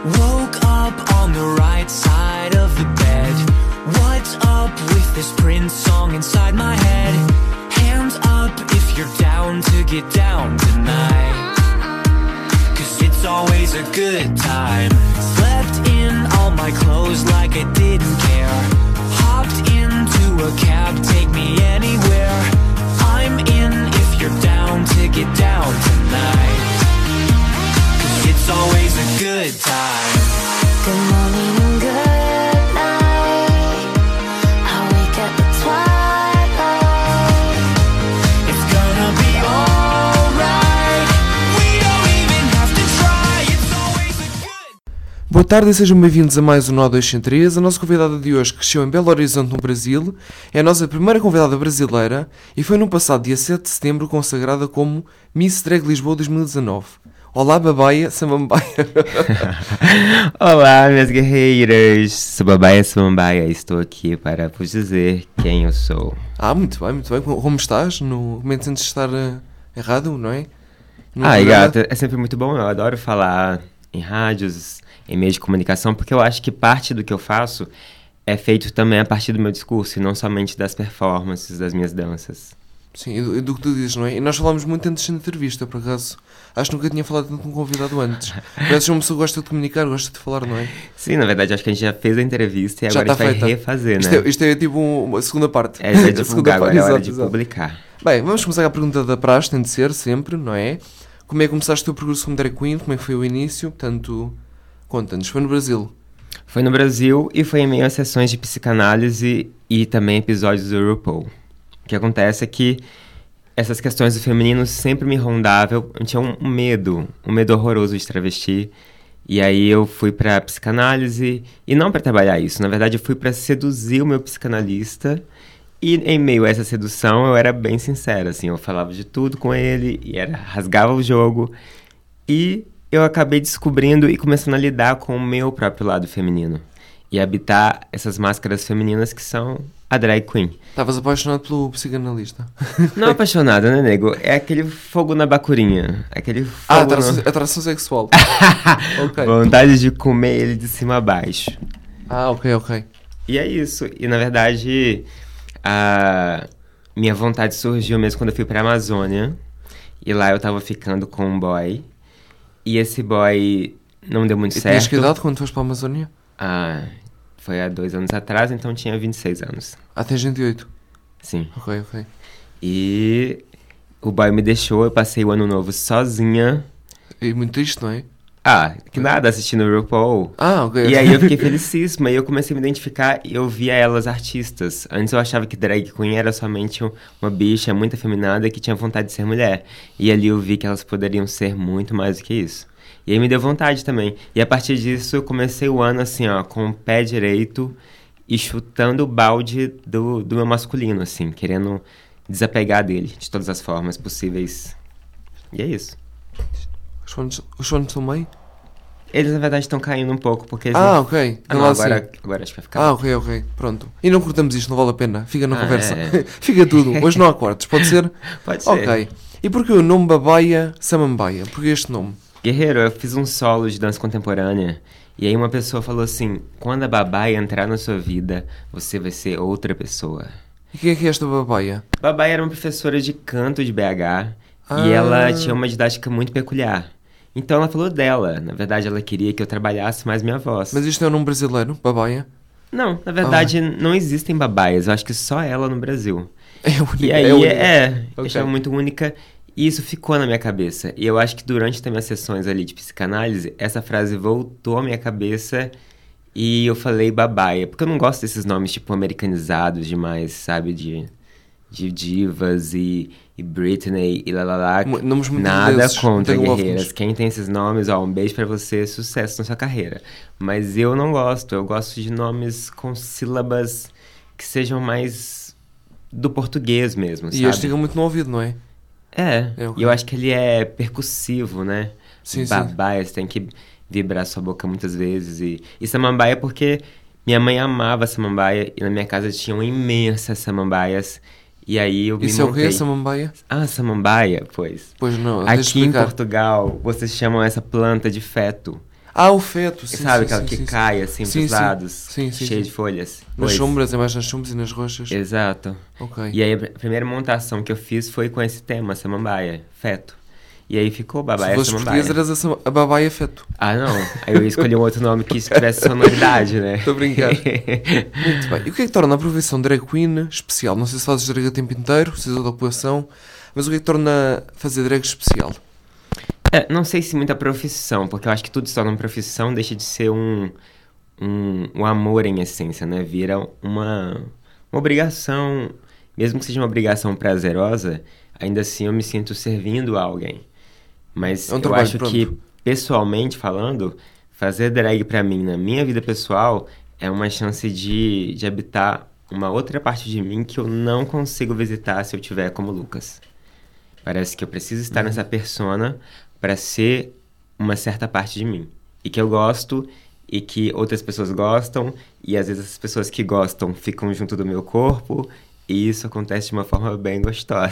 Woke up on the right side of the bed. What's up with this Prince song inside my head? Hands up if you're down to get down tonight. 'Cause it's always a good time. Slept in all my clothes like I didn't care. Hopped into a cab, take me anywhere. I'm in if you're down to get down tonight. 'Cause it's always a good time. Good morning and good night. I wake up at twilight. It's gonna be alright. We don't even have to try. It's always a good. Boa tarde e sejam bem-vindos a mais um Nó 203. A nossa convidada de hoje cresceu em Belo Horizonte, no Brasil. É a nossa primeira convidada brasileira e foi no passado dia 7 de setembro consagrada como Miss Drag Lisboa 2019. Olá, Babaia Samambaia. Olá, minhas guerreiras. Sou Babaia Samambaia e estou aqui para vos dizer quem eu sou. Muito bem, muito bem. Como estás? Como é que sentes estar errado, não é? Gata, é sempre muito bom. Eu adoro falar em rádios, em meios de comunicação, porque eu acho que parte do que eu faço é feito também a partir do meu discurso e não somente das performances, das minhas danças. Sim, e do que tu dizes, não é? E nós falámos muito antes da entrevista, por acaso. Acho que nunca tinha falado tanto com um convidado antes. Parece que uma pessoa gosta de comunicar, gosta de falar, não é? Sim, na verdade, acho que a gente já fez a entrevista e agora a gente vai refazer, né? Isto é tipo uma segunda parte. É, já divulgar, agora é hora de publicar. Bem, vamos começar com a pergunta da praxe, tem de ser, sempre, não é? Como é que começaste o teu percurso como drag queen? Como é que foi o início? Portanto, conta-nos. Foi no Brasil? Foi no Brasil e foi em meio a sessões de psicanálise e também episódios do RuPaul. O que acontece é que essas questões do feminino sempre me rondavam. Eu tinha um medo horroroso de travesti. E aí eu fui pra psicanálise, e não pra trabalhar isso. Na verdade, eu fui pra seduzir o meu psicanalista. E em meio a essa sedução, eu era bem sincera, assim. Eu falava de tudo com ele, e rasgava o jogo. E eu acabei descobrindo e começando a lidar com o meu próprio lado feminino. E habitar essas máscaras femininas que são a drag queen. Estavas apaixonado pelo psicanalista? Não apaixonado, né, nego? É aquele fogo na bacurinha. Aquele fogo atração sexual. Okay. Vontade de comer ele de cima a baixo. Ok. E é isso. E, na verdade, a minha vontade surgiu mesmo quando eu fui pra Amazônia. E lá eu tava ficando com um boy. E esse boy não deu muito certo. E tinhas que idade quando foste pra Amazônia? Foi há 2 anos atrás, então tinha 26 anos. Tens 28? Sim. Ok. E o boy me deixou, eu passei o ano novo sozinha. E muito triste, não é? Que nada, assistindo o RuPaul. Ok. E aí eu fiquei felicíssima, e eu comecei a me identificar, e eu via elas artistas. Antes eu achava que drag queen era somente uma bicha muito afeminada que tinha vontade de ser mulher. E ali eu vi que elas poderiam ser muito mais do que isso. E aí me deu vontade também. E a partir disso eu comecei o ano assim, com o pé direito e chutando o balde do meu masculino, assim, querendo desapegar dele de todas as formas possíveis. E é isso. Os fones estão bem? Eles, na verdade, estão caindo um pouco, porque eles ok. Não, agora acho que vai ficar ok. Pronto. E não cortamos isto, não vale a pena. Fica na conversa. Fica tudo. Hoje não há cortes, pode ser? Pode ser. Ok. E porquê o nome Babaia Samambaia? Porquê este nome? Guerreiro, eu fiz um solo de dança contemporânea. E aí uma pessoa falou assim: quando a Babaia entrar na sua vida, você vai ser outra pessoa. E quem é que é esta Babaia? Babaia era uma professora de canto de BH. E ela tinha uma didática muito peculiar. Então ela falou dela. Na verdade, ela queria que eu trabalhasse mais minha voz. Mas isto é um nome brasileiro? Babaia? Não, na verdade não existem babaias. Eu acho que só ela no Brasil. É única. E aí Okay. Eu achava muito única. E isso ficou na minha cabeça. E eu acho que durante também as sessões ali de psicanálise, essa frase voltou à minha cabeça e eu falei babaia. Porque eu não gosto desses nomes, tipo, americanizados demais, sabe? De divas e Britney e lalala. Nada desses, contra, guerreiras. Quem tem esses nomes, um beijo pra você, sucesso na sua carreira. Mas eu não gosto. Eu gosto de nomes com sílabas que sejam mais do português mesmo, sabe? E este fica muito no ouvido, não é? E eu acho que ele é percussivo, né? Sim. Babaia, você tem que vibrar sua boca muitas vezes. E samambaia porque minha mãe amava samambaia e na minha casa tinham imensas samambaias. E aí eu me Isso montei. é o quê, samambaia? Samambaia, pois. Pois não, Aqui em Portugal, vocês chamam essa planta de feto. Ah, o feto, sim. Sabe sim, aquela sim, que sim, cai assim sim, pros sim. lados, Sim, sim, cheia sim. de folhas? Nas Pois. sombras, é mais nas sombras e nas rochas. Exato. Ok. E aí a primeira montação que eu fiz foi com esse tema, samambaia, feto. E aí ficou Se babaia fosses samambaia. português, eras a babaia feto. Ah, não. Aí eu escolhi um outro nome que tivesse sonoridade, né? Estou a brincar. Muito bem. E o que é que torna a profissão drag queen especial? Não sei se fazes drag o tempo inteiro, se és da ocupação, mas o que é que torna fazer drag especial? Não sei se muita profissão, porque eu acho que tudo se torna uma profissão, deixa de ser um amor em essência, né? Vira uma obrigação, mesmo que seja uma obrigação prazerosa, ainda assim eu me sinto servindo a alguém. Mas É um eu trabalho, acho pronto. que, pessoalmente falando, fazer drag pra mim, na minha vida pessoal, é uma chance de habitar uma outra parte de mim que eu não consigo visitar se eu tiver como Lucas. Parece que eu preciso estar nessa persona para ser uma certa parte de mim. E que eu gosto, e que outras pessoas gostam, e às vezes as pessoas que gostam ficam junto do meu corpo, e isso acontece de uma forma bem gostosa.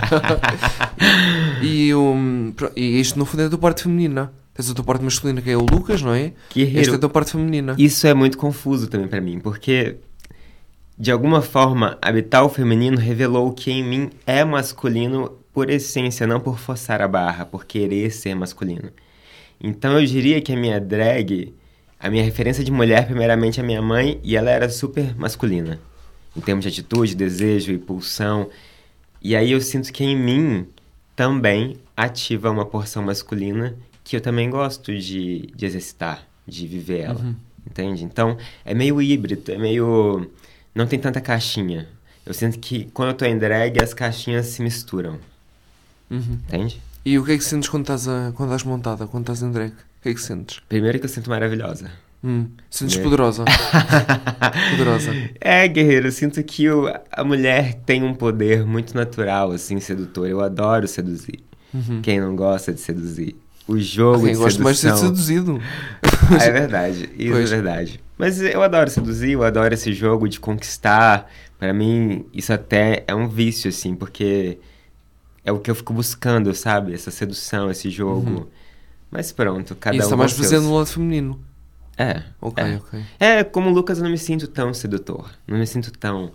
E isto no fundo é da tua parte feminina. Tens a tua parte masculina que é o Lucas, não é? Guerreiro. Esta é a tua parte feminina. Isso é muito confuso também pra mim, porque de alguma forma habitar o feminino revelou que em mim é masculino por essência, não por forçar a barra, por querer ser masculino. Então eu diria que a minha drag, a minha referência de mulher primeiramente é a minha mãe, e ela era super masculina, em termos de atitude, desejo e pulsão. E aí eu sinto que em mim também ativa uma porção masculina que eu também gosto de exercitar, de viver ela, entende? Então, é meio híbrido, é meio... não tem tanta caixinha. Eu sinto que quando eu tô em drag, as caixinhas se misturam, entende? E o que é que sentes quando estás montada, quando estás em drag? O que é que sentes? Primeiro que eu sinto maravilhosa. Sentes Né? poderosa. Poderosa. Guerreiro, eu sinto que a mulher tem um poder muito natural, assim, sedutor. Eu adoro seduzir. Quem não gosta de seduzir? O jogo Quem de gosta mais de ser sedução... seduzido. É verdade, isso Pois. é verdade. Mas eu adoro seduzir, eu adoro esse jogo de conquistar. Pra mim, isso até é um vício, assim, porque é o que eu fico buscando, sabe? Essa sedução, esse jogo. Mas pronto, cada E isso um está mais com seus. presente no lado feminino. Ok, é. ok. Como o Lucas, eu não me sinto tão sedutor. Não me sinto tão...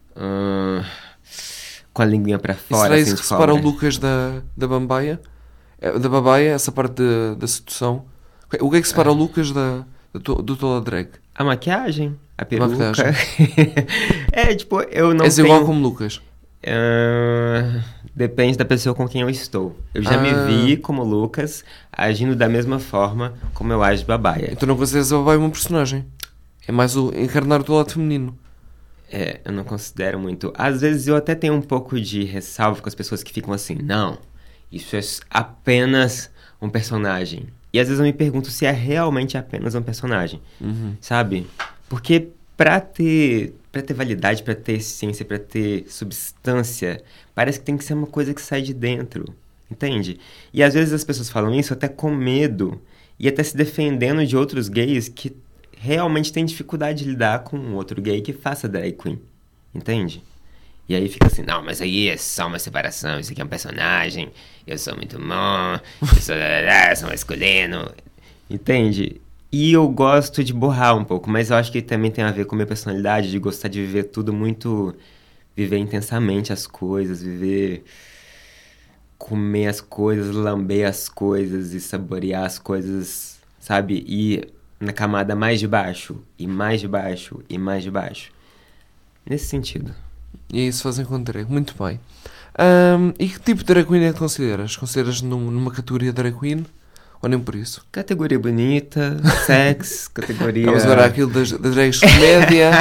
com a linguinha pra E fora, será assim, isso de que separa o cobra. Lucas da Bambaia? Da Babaia, essa parte da sedução? O que é que separa o Lucas do toda drag? A maquiagem, a peruca. maquiagem. Tipo, eu não És tenho... igual como Lucas. Depende da pessoa com quem eu estou. Eu já me vi como Lucas, agindo da mesma forma como eu ajo de Babaia. Então não consideras a Babaia uma personagem. É mais o encarnar o teu lado feminino. Eu não considero muito. Às vezes eu até tenho um pouco de ressalva com as pessoas que ficam assim, não, isso é apenas um personagem. E às vezes eu me pergunto se é realmente apenas um personagem, sabe? Porque pra ter validade, pra ter essência, pra ter substância, parece que tem que ser uma coisa que sai de dentro, entende? E às vezes as pessoas falam isso até com medo e até se defendendo de outros gays que realmente têm dificuldade de lidar com um outro gay que faça drag queen, entende? E aí fica assim, não, mas aí é só uma separação, isso aqui é um personagem, eu sou muito bom, eu sou masculino, entende? E eu gosto de borrar um pouco, mas eu acho que também tem a ver com a minha personalidade, de gostar de viver tudo muito... viver intensamente as coisas, comer as coisas, lamber as coisas e saborear as coisas, sabe? E na camada mais de baixo, e mais de baixo, e mais de baixo. Nesse sentido. E isso fazem com drag. Muito bem. E que tipo de drag queen é que consideras? Consideras numa categoria drag queen? Ou nem por isso? Categoria bonita, sex, categoria... Vamos agora àquilo das drags de comédia.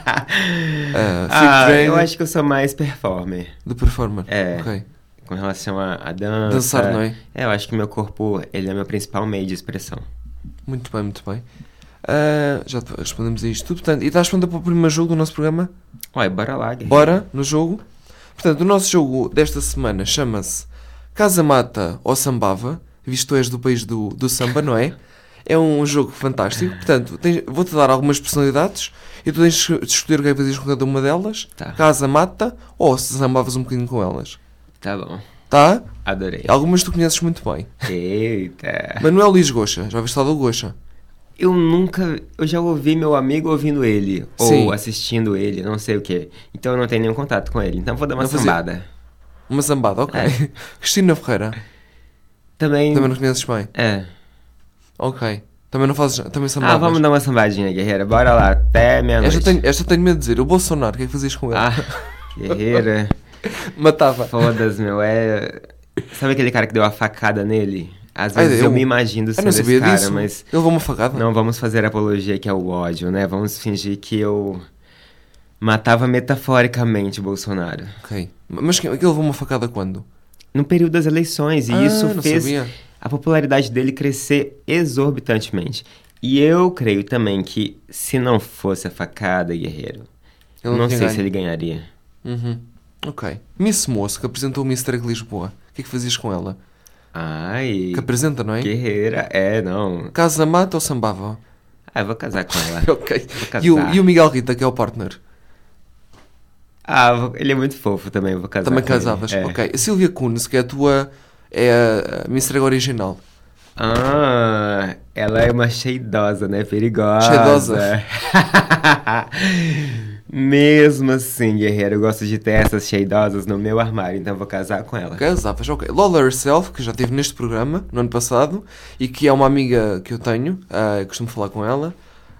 Drag, eu acho que eu sou mais performer. de performer. Ok. Com relação a dança. Dançar, não é? Eu acho que meu corpo, ele é meu principal meio de expressão. Muito bem, muito bem. Já respondemos a isto tudo. Portanto, e estás pronta para o primeiro jogo do nosso programa? Olha, bora lá, guerreiro. Bora, no jogo. Portanto, o nosso jogo desta semana chama-se Casa Mata ou Sambava, visto que tu és do país do samba, não é? É um jogo fantástico. Portanto, vou-te dar algumas personalidades e tu tens de escolher o que é que fazias com cada uma delas. Tá. Casa Mata ou se sambavas um bocadinho com elas. Tá bom. Tá? Adorei. Algumas tu conheces muito bem. Eita. Manuel Luís Goxa. Já ouviste falar do Goxa? Eu já ouvi meu amigo ouvindo ele, Sim. ou assistindo ele, não sei o quê. Então eu não tenho nenhum contato com ele. Então eu vou dar uma Não fazia- sambada. Uma sambada, ok. É. Cristina Ferreira, Também. também não conheces bem? É. Ok. Também não fazes. Também sambavas? Vamos dar uma sambadinha, guerreira. Bora lá, até meia-noite. Esta tenho medo de dizer. O Bolsonaro, o que é que fazias com ele? Guerreira. Matava. Foda-se, meu. Sabe aquele cara que deu a facada nele? Às Ai, vezes eu me imagino Eu sendo não esse sabia cara, disso. mas. Ele levou uma facada? Não vamos fazer apologia que é o ódio, né? Vamos fingir que eu matava metaforicamente o Bolsonaro. Ok. Mas ele levou uma facada quando? No período das eleições, e isso não fez sabia. a popularidade dele crescer exorbitantemente. E eu creio também que se não fosse a facada, guerreiro, Ele não tinha sei ganho. se ele ganharia. Uhum. Ok. Miss Moço, que apresentou o Miss Drag Lisboa. O que é que fazias com ela? Ai, Que apresenta, não é? guerreira, não. Casa mata ou sambava? Eu vou casar com ela. Ok. Vou casar. E o Miguel Rita, que é o partner? Ele é muito fofo também, vou casar Também com ele. casavas? É. Ok. A Silvia Kunis, que é a tua... É a Miss Drag original. Ela é uma cheidosa, né? Perigosa. Cheidosa? Mesmo assim, guerreiro, eu gosto de ter essas cheidosas no meu armário, então eu vou casar com ela. Casavas, ok. Lola Herself, que já esteve neste programa no ano passado e que é uma amiga que eu tenho, costumo falar com ela.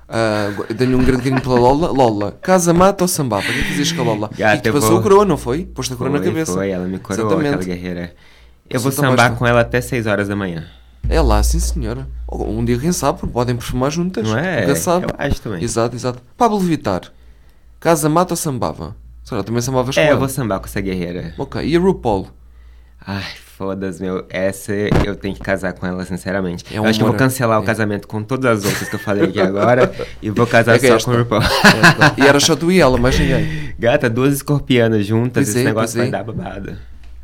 Eu tenho um grande carinho pela Lola. Lola, casa mata ou sambava? O que é que fazias com a Lola? Gata, E te eu passou vou- a coroa, não foi? Poste a coroa na cabeça. Foi, ela me coroou, Exatamente. aquela guerreira. Eu vou Então sambar basta. com ela até 6 horas da manhã. É lá, sim senhora. Um dia, quem sabe, podem perfumar juntas. Não é? Nunca sabe. Eu acho também. Exato, exato. Pablo Vittar, casa mata ou sambava? Será também sambavas com Eu ela? vou sambar com essa guerreira. Ok. E a RuPaul? Ai, foda-se, meu. Essa eu tenho que casar com ela, sinceramente. É eu um acho que eu vou amor. cancelar o É. casamento com todas as outras que eu falei aqui agora e vou casar É que só esta. com o RuPaul. E era só tu e ela, mais ninguém. Gata, 2 escorpianas juntas, Pois esse é, negócio pois vai é. dar babado.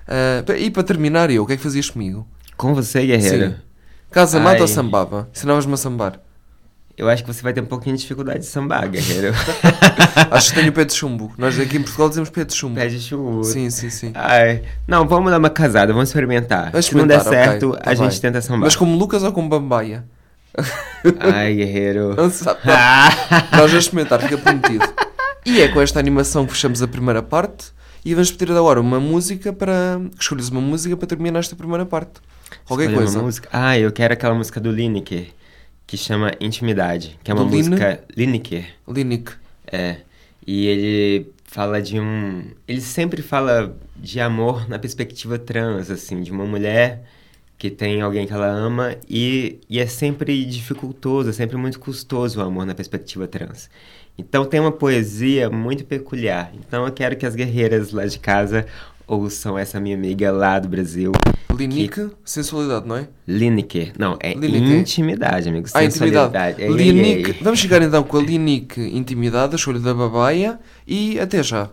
E para terminar, o que é que fazias comigo? Com você, guerreiro, Sim. Casa mata Ai. ou sambava? Ensinavas-me a sambar. eu acho que você vai ter um pouquinho de dificuldade de sambar, guerreiro. Acho que tenho pé de chumbo. Nós aqui em Portugal dizemos pé de chumbo. Pé de chuva. Sim, sim, sim. Ai, não, vamos dar uma casada, vamos experimentar. Vamos Se não der experimentar, certo, ok, tá a gente bem. tenta sambar. Mas como Lucas ou como Bambaia? Ai, guerreiro. Não se sabe. Nós vamos experimentar, fica prometido. E é com esta animação que fechamos a primeira parte e vamos pedir agora uma música para... Escolhes uma música para terminar esta primeira parte. Qualquer Escolher coisa. uma música? Eu quero aquela música do Lineker, que chama Intimidade, que é uma Do Line? música... Lineker. Linick. É, e ele fala de ele sempre fala de amor na perspectiva trans, assim, de uma mulher que tem alguém que ela ama e é sempre dificultoso, é sempre muito custoso o amor na perspectiva trans. Então tem uma poesia muito peculiar. Então eu quero que as guerreiras lá de casa ouçam essa minha amiga lá do Brasil. Linick, sensualidade, não é? Lineker. Não, é Lineker? intimidade, amigo. Intimidade. Sensualidade. Linick. Vamos chegar então com a Linick Intimidade, a escolha da Babaia e até já.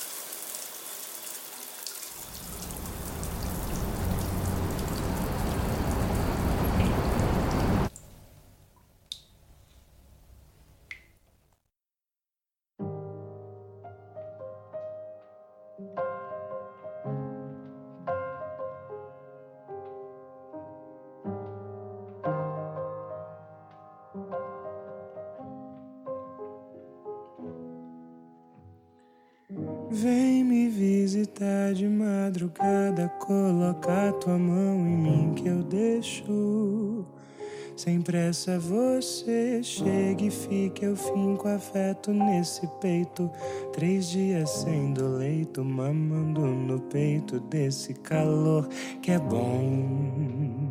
Vem me visitar de madrugada, coloca tua mão em mim que eu deixo. Sem pressa você chega e fica, eu finco afeto nesse peito. 3 dias sendo leito, mamando no peito desse calor que é bom.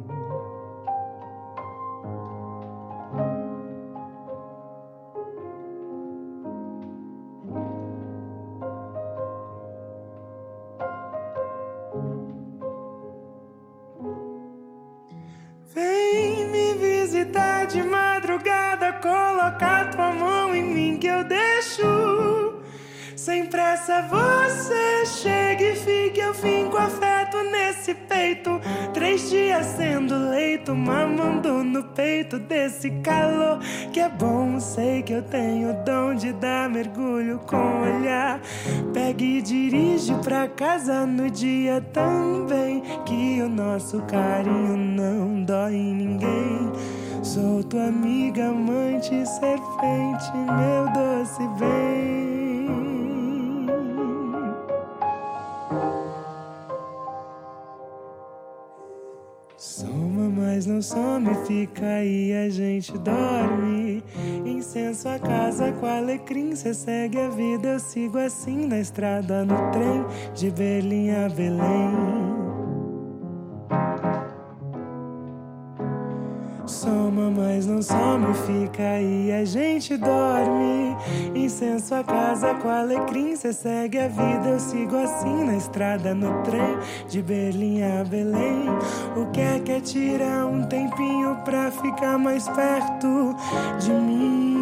Vem me visitar de madrugada, coloca tua mão em mim que eu deixo. Sem pressa você chega e fica, eu finco afeto nesse peito. 3 dias sendo leito, mamando no peito desse calor que é bom. Sei que eu tenho o dom de dar mergulho com o olhar. Pega e dirige pra casa no dia também, que o nosso carinho não dói em ninguém. Sou tua amiga, amante, serpente, meu doce bem. Soma, mas não some, fica aí, a gente dorme. Incenso a casa com alecrim, cê segue a vida, eu sigo assim na estrada, no trem, de Berlim a Belém. Soma, mas não some, fica aí, a gente dorme. Incenso a casa com alecrim, cê segue a vida, eu sigo assim na estrada, no trem, de Berlim a Belém. O que é tirar um tempinho pra ficar mais perto de mim?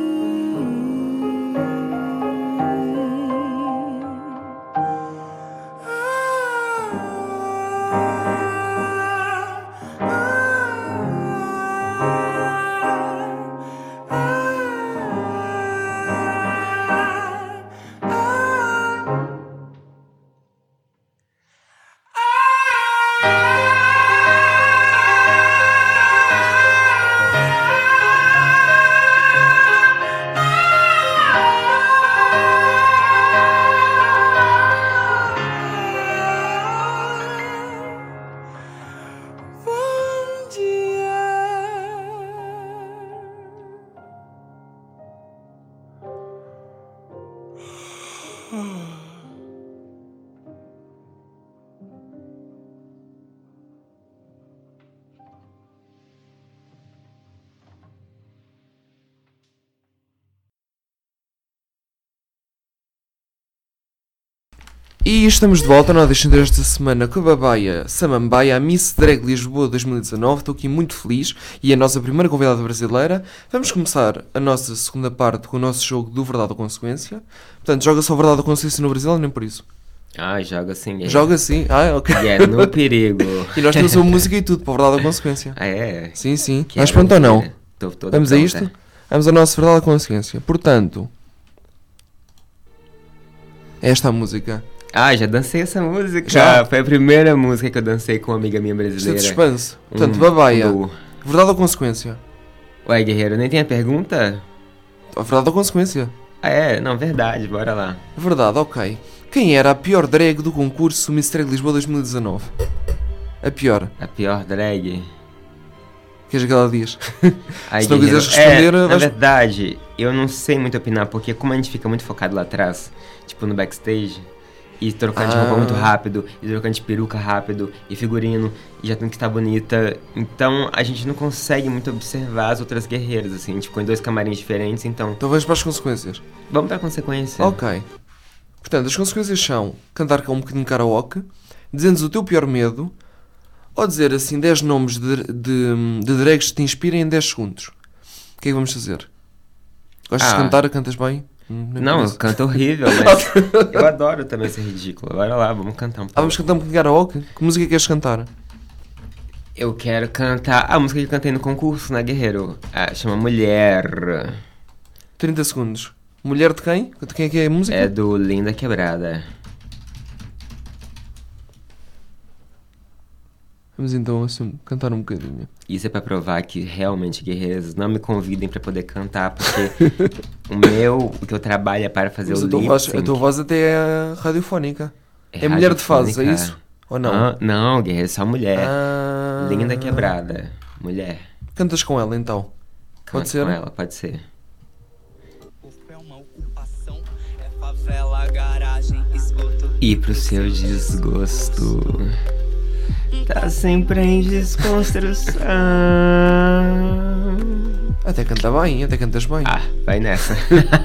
E estamos de volta, nós deixamos esta semana com a Babaia Samambaia, a Miss Drag Lisboa 2019. Estou aqui muito feliz e é a nossa primeira convidada brasileira. Vamos começar a nossa segunda parte com o nosso jogo do Verdade ou Consequência. Portanto, joga só Verdade ou Consequência no Brasil, nem por isso. Joga sim. Joga sim? Ok. É no perigo. E nós temos uma música e tudo para Verdade ou Consequência. É? Sim. Que Mas pronto ou não? Vamos a pronta. isto? Vamos ao nosso Verdade ou Consequência. Portanto, esta é a música. Já dancei essa música. Já? Foi a primeira música que eu dancei com uma amiga minha Isto é brasileira. de suspense. Portanto, Babaia, do- Verdade ou Consequência? Ué, guerreiro, nem tem a pergunta? Verdade ou Consequência? Não, verdade, bora lá. Verdade, ok. Quem era a pior drag do concurso Miss Drag Lisboa 2019? A pior. A pior drag. Queres que ela diz? Ai, Se não guerreiro, quiseres responder, na vais- verdade, eu não sei muito opinar, porque como a gente fica muito focado lá atrás, tipo no backstage, e trocando de roupa muito rápido, e trocando de peruca rápido, e figurino, e já tem que estar bonita, então a gente não consegue muito observar as outras guerreiras, assim, a gente ficou em 2 camarins diferentes, então Então vamos para as consequências. vamos pra consequência. Ok. Portanto, as consequências são cantar com um bocadinho de karaoke, dizendo-nos o teu pior medo, ou dizer assim 10 nomes de drags que te inspirem em 10 segundos. O que é que vamos fazer? Gostas de cantar? Cantas bem? Nem Não, por eu isso. canto horrível, mas eu adoro também ser ridículo. Bora lá, vamos cantar um pouco. Vamos cantar um bocadinho de karaoke? Que música queres cantar? Eu quero cantar a música que eu cantei no concurso, né, guerreiro? Chama Mulher. 30 segundos. Mulher de quem? De quem é que é a música? É do Linda Quebrada. Vamos então assim, cantar um bocadinho. Isso é pra provar que realmente, guerreiros, não me convidem pra poder cantar, porque o que eu trabalho é para fazer Mas o a tua lip voz, sync. a tua voz até é radiofónica. É mulher de fases, é isso? Ou não? Não, guerreiro, só mulher. Ah. Linda Quebrada. Mulher. Cantas com ela então. Canto Pode ser? com ela, pode ser. É uma ocupação, é favela, garagem, esgoto. E pro seu desgosto, tá sempre em desconstrução. Até canta bem, até cantas bem. Vai nessa.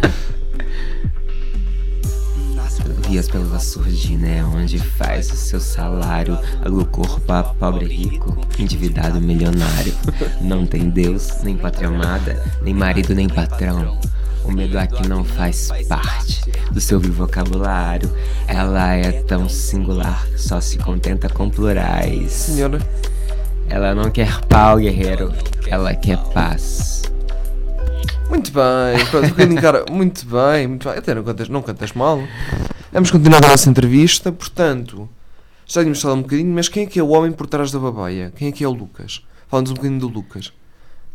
Vias pela surdina é onde faz o seu salário. Aluga o corpo a pobre rico, endividado milionário. Não tem Deus, nem pátria amada, nem marido, nem patrão. O medo aqui não faz parte do seu vocabulário. Ela é tão singular, só se contenta com plurais. Senhora. Ela não quer pau, guerreiro, ela quer paz. Muito bem, pronto, um bocadinho, cara. Muito bem. Até não cantas mal. Vamos continuar a nossa entrevista. Portanto, já tínhamos falado um bocadinho, mas quem é que é o homem por trás da Babaia? Quem é que é o Lucas? Fala-nos um bocadinho do Lucas.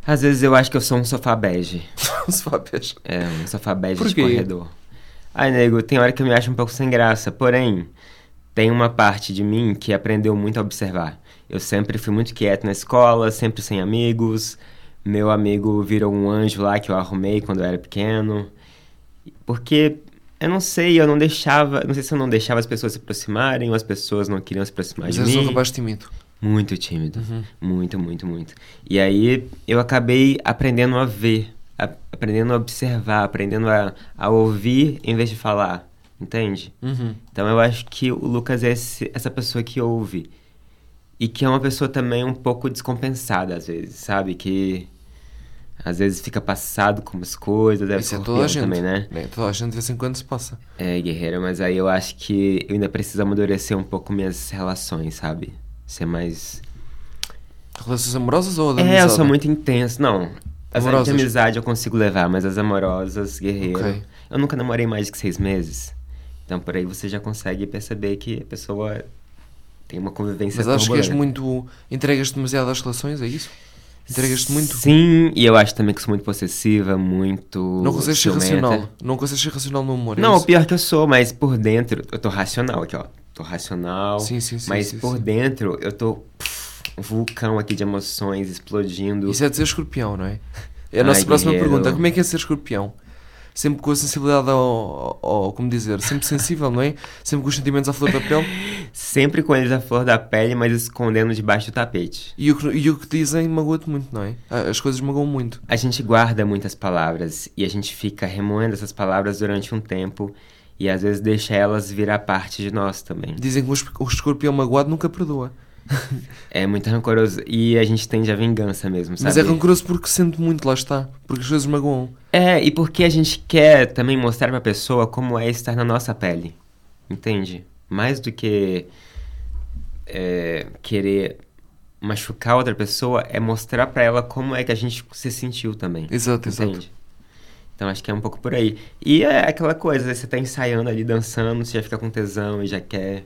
Às vezes eu acho que eu sou um sofá bege. Os papéis. É, um sofá bege Por de quê? corredor. Ai, nego, tem hora que eu me acho um pouco sem graça. Porém, tem uma parte de mim que aprendeu muito a observar. Eu sempre fui muito quieto na escola, sempre sem amigos. Meu amigo virou um anjo lá que eu arrumei quando eu era pequeno. Porque, eu não sei, eu não deixava... Não sei se eu não deixava as pessoas se aproximarem ou as pessoas não queriam se aproximar Mas de és um mim. rapaz tímido. Muito tímido. Muito, muito, muito. E aí eu acabei aprendendo a ver, aprendendo a observar, aprendendo a ouvir em vez de falar. Entende? Então eu acho que o Lucas é essa pessoa que ouve. E que é uma pessoa também um pouco descompensada, às vezes, sabe? Que às vezes fica passado com as coisas. É Isso é escorpião toda a gente. também, né? Toda a gente de vez em quando se passa. É, guerreira, mas aí eu acho que eu ainda preciso amadurecer um pouco minhas relações, sabe? Ser mais... Relações amorosas ou de É, eu amizade? sou muito intenso. Não, as Amorosas? de amizade eu consigo levar, mas as amorosas, guerreiro... Ok. Eu nunca namorei mais de 6 meses. Então, por aí você já consegue perceber que a pessoa tem uma convivência Mas acho que és turbulenta. muito... Entregas demasiado às relações, é isso? Entregas-te muito? Sim, e eu acho também que sou muito possessiva, muito Não consegues ser ciumenta. racional. Não consegues ser racional no humor, é Não, o isso? pior que eu sou, mas por dentro... Eu tô racional aqui, ó. Tô racional, Sim, mas sim, por sim. dentro eu tô... um vulcão aqui de emoções explodindo. Isso é de ser escorpião, não é? É a nossa Ai, próxima guerreiro. pergunta. Como é que é ser escorpião? Sempre com a sensibilidade como dizer, sempre sensível, não é? Sempre com os sentimentos à flor da pele. Sempre com eles à flor da pele, mas escondendo debaixo do tapete. E o que dizem magoa-te muito, não é? As coisas magoam muito. A gente guarda muitas palavras e a gente fica remoendo essas palavras durante um tempo e às vezes deixa elas virar parte de nós também. Dizem que o escorpião magoado nunca perdoa. É muito rancoroso e a gente tende à vingança mesmo, sabe? Mas é rancoroso porque sente muito, lá está. Porque as coisas magoam. É, e porque a gente quer também mostrar pra pessoa como é estar na nossa pele. Entende? Mais do que querer machucar outra pessoa, é mostrar pra ela como é que a gente se sentiu também. Exato, exato. Entende? Então acho que é um pouco por aí. E é aquela coisa, você tá ensaiando ali, dançando, você já fica com tesão e já quer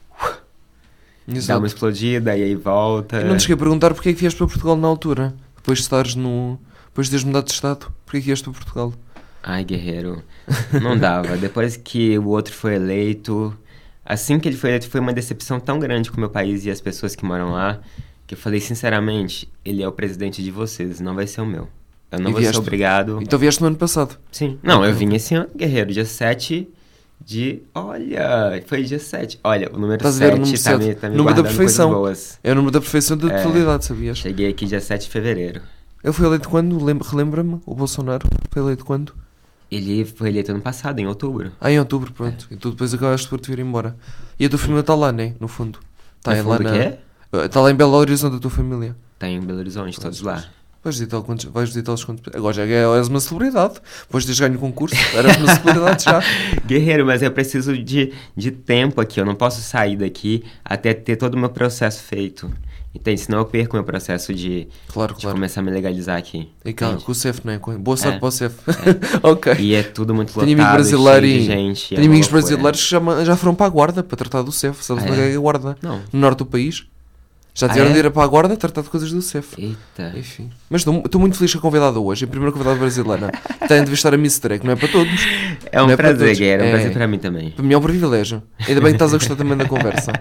dar Exato. uma explodida e aí volta. Eu não te cheguei a perguntar porque é que vieste para Portugal na altura. Depois de estares no... Depois de teres mudado de estado. Porque é que vieste para Portugal? Ai, guerreiro, não dava. Depois que o outro foi eleito, assim que ele foi eleito, foi uma decepção tão grande com o meu país e as pessoas que moram lá, que eu falei, sinceramente, ele é o presidente de vocês, não vai ser o meu. Eu não E vou ser vieste? obrigado. Então vieste no ano passado. Sim. Não, eu vim esse ano, guerreiro, dia 7 de... Olha, foi dia 7. Olha, o número Estás a ver o 7 número tá 7? me, tá me Número da guardando coisas perfeição. boas. É o número da perfeição da totalidade, sabias? Cheguei aqui dia 7 de fevereiro. Ele foi eleito quando? Relembra-me? O Bolsonaro foi eleito quando? Ele foi eleito ano passado, em outubro. Em outubro, pronto. E tu depois acabaste por te vir embora. E a tua família está lá, né? No fundo. Está No lá fundo, o quê? Está lá em Belo Horizonte a tua família. Tá em Belo Horizonte, todos lá. Vais visitá-los quando... Agora já és uma celebridade. Depois de teres ganho o concurso, eras uma celebridade já. Guerreiro, mas eu preciso de tempo aqui. Eu não posso sair daqui até ter todo o meu processo feito. Entende? Senão eu perco meu processo de Claro, claro. começar a me legalizar aqui. E calma, entende? com o CEF, não é? Boa sorte É. para o CEF. Ok. E é tudo muito lotado, Tenho amigo brasileiro cheio de e... gente. Tenho é uma amigos loucura. brasileiros que já foram para a guarda para tratar do CEF. Sabes onde é que é a guarda? Não. No norte do país. Já tiveram é? de ir para a guarda tratar de coisas do CEF. Eita. Enfim. Mas estou muito feliz com a convidada hoje. A primeira convidada brasileira. Tem de entrevistar a Miss Drag, não é para todos. É um Não é para prazer, todos. Guerreiro. É um prazer É. para mim também. Para mim é um privilégio. Ainda bem que estás a gostar também da conversa.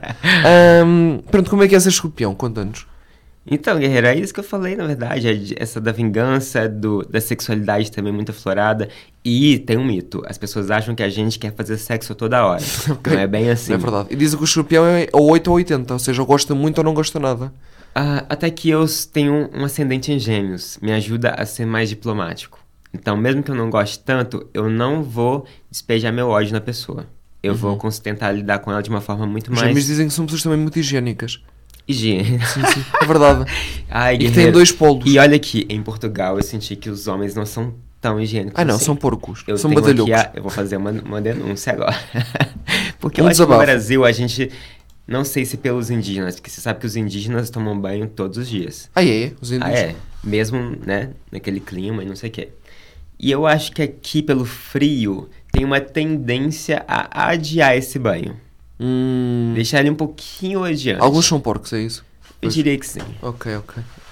Pronto, como é que é ser escorpião? Conta-nos. Então, Guerreiro, é isso que eu falei, na verdade. Essa da vingança, da sexualidade também muito aflorada. E tem um mito. As pessoas acham que a gente quer fazer sexo toda hora. Ok. Não é bem assim. Não é verdade. E dizem que o escorpião é ou 8 ou 80. Ou seja, ou gosta muito ou não gosta nada. Até que eu tenho um ascendente em gêmeos. Me ajuda a ser mais diplomático. Então, mesmo que eu não goste tanto, eu não vou despejar meu ódio na pessoa. Eu vou tentar lidar com ela de uma forma muito Os mais gêmeos dizem que são pessoas também muito higiênicas. higiênica. Sim, sim. É verdade. Ai, E que têm guerreiro. dois polos. E olha aqui, em Portugal eu senti que os homens não são tão higiênicos Ah, não, assim. são porcos. Eu São tenho aqui badalhocos. eu vou fazer uma denúncia agora. Porque Um eu acho que desabafo. no Brasil a gente... Não sei se pelos indígenas, porque você sabe que os indígenas tomam banho todos os dias. Ah, é? Os índios. É, mesmo, né, naquele clima e não sei o quê. E eu acho que aqui, pelo frio, tem uma tendência a adiar esse banho. Deixar ele um pouquinho adiante. Alguns são porcos, é isso? Eu diria que sim. Ok, ok.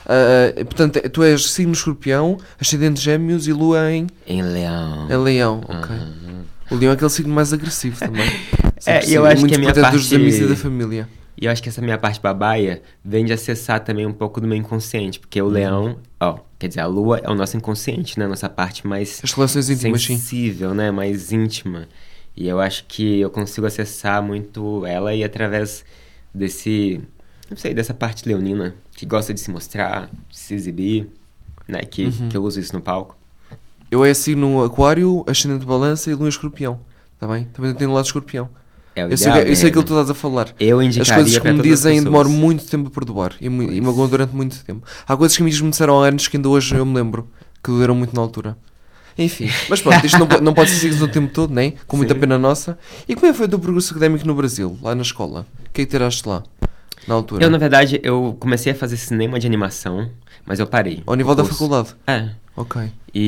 Portanto, tu és signo escorpião, ascendente gêmeos e lua em Leão. leão, ok. O leão é aquele signo mais agressivo também. E eu acho muito que a minha protetor dos parte... amigos e da família. E eu acho que essa minha parte babaia vem de acessar também um pouco do meu inconsciente, porque o leão, quer dizer, a lua é o nosso inconsciente, né? Nossa parte mais As relações íntimas, sim. sensível, né? Mais íntima. E eu acho que eu consigo acessar muito ela e através desse, não sei, dessa parte leonina, que gosta de se mostrar, de se exibir, né? Que eu uso isso no palco. Eu é signo aquário, ascendente balança e lua escorpião. Tá bem? Também tenho um lado escorpião. É o Eu sei ideal, aquilo que tu estás a falar. Eu As indicaria coisas que pra me todas as dizem pessoas. demoram muito tempo a perdoar e magoam durante muito tempo. Há coisas que amigos me disseram há anos que ainda hoje eu me lembro, que doeram muito na altura. Enfim, mas pronto, isto não pode ser signos o tempo todo, nem? Com muita Sim. pena nossa. E como é que foi o teu percurso académico no Brasil, lá na escola? O que é que tiraste lá, na altura? Eu, na verdade, eu comecei a fazer cinema de animação, mas eu parei. Ao nível o da curso. faculdade? É. Ok.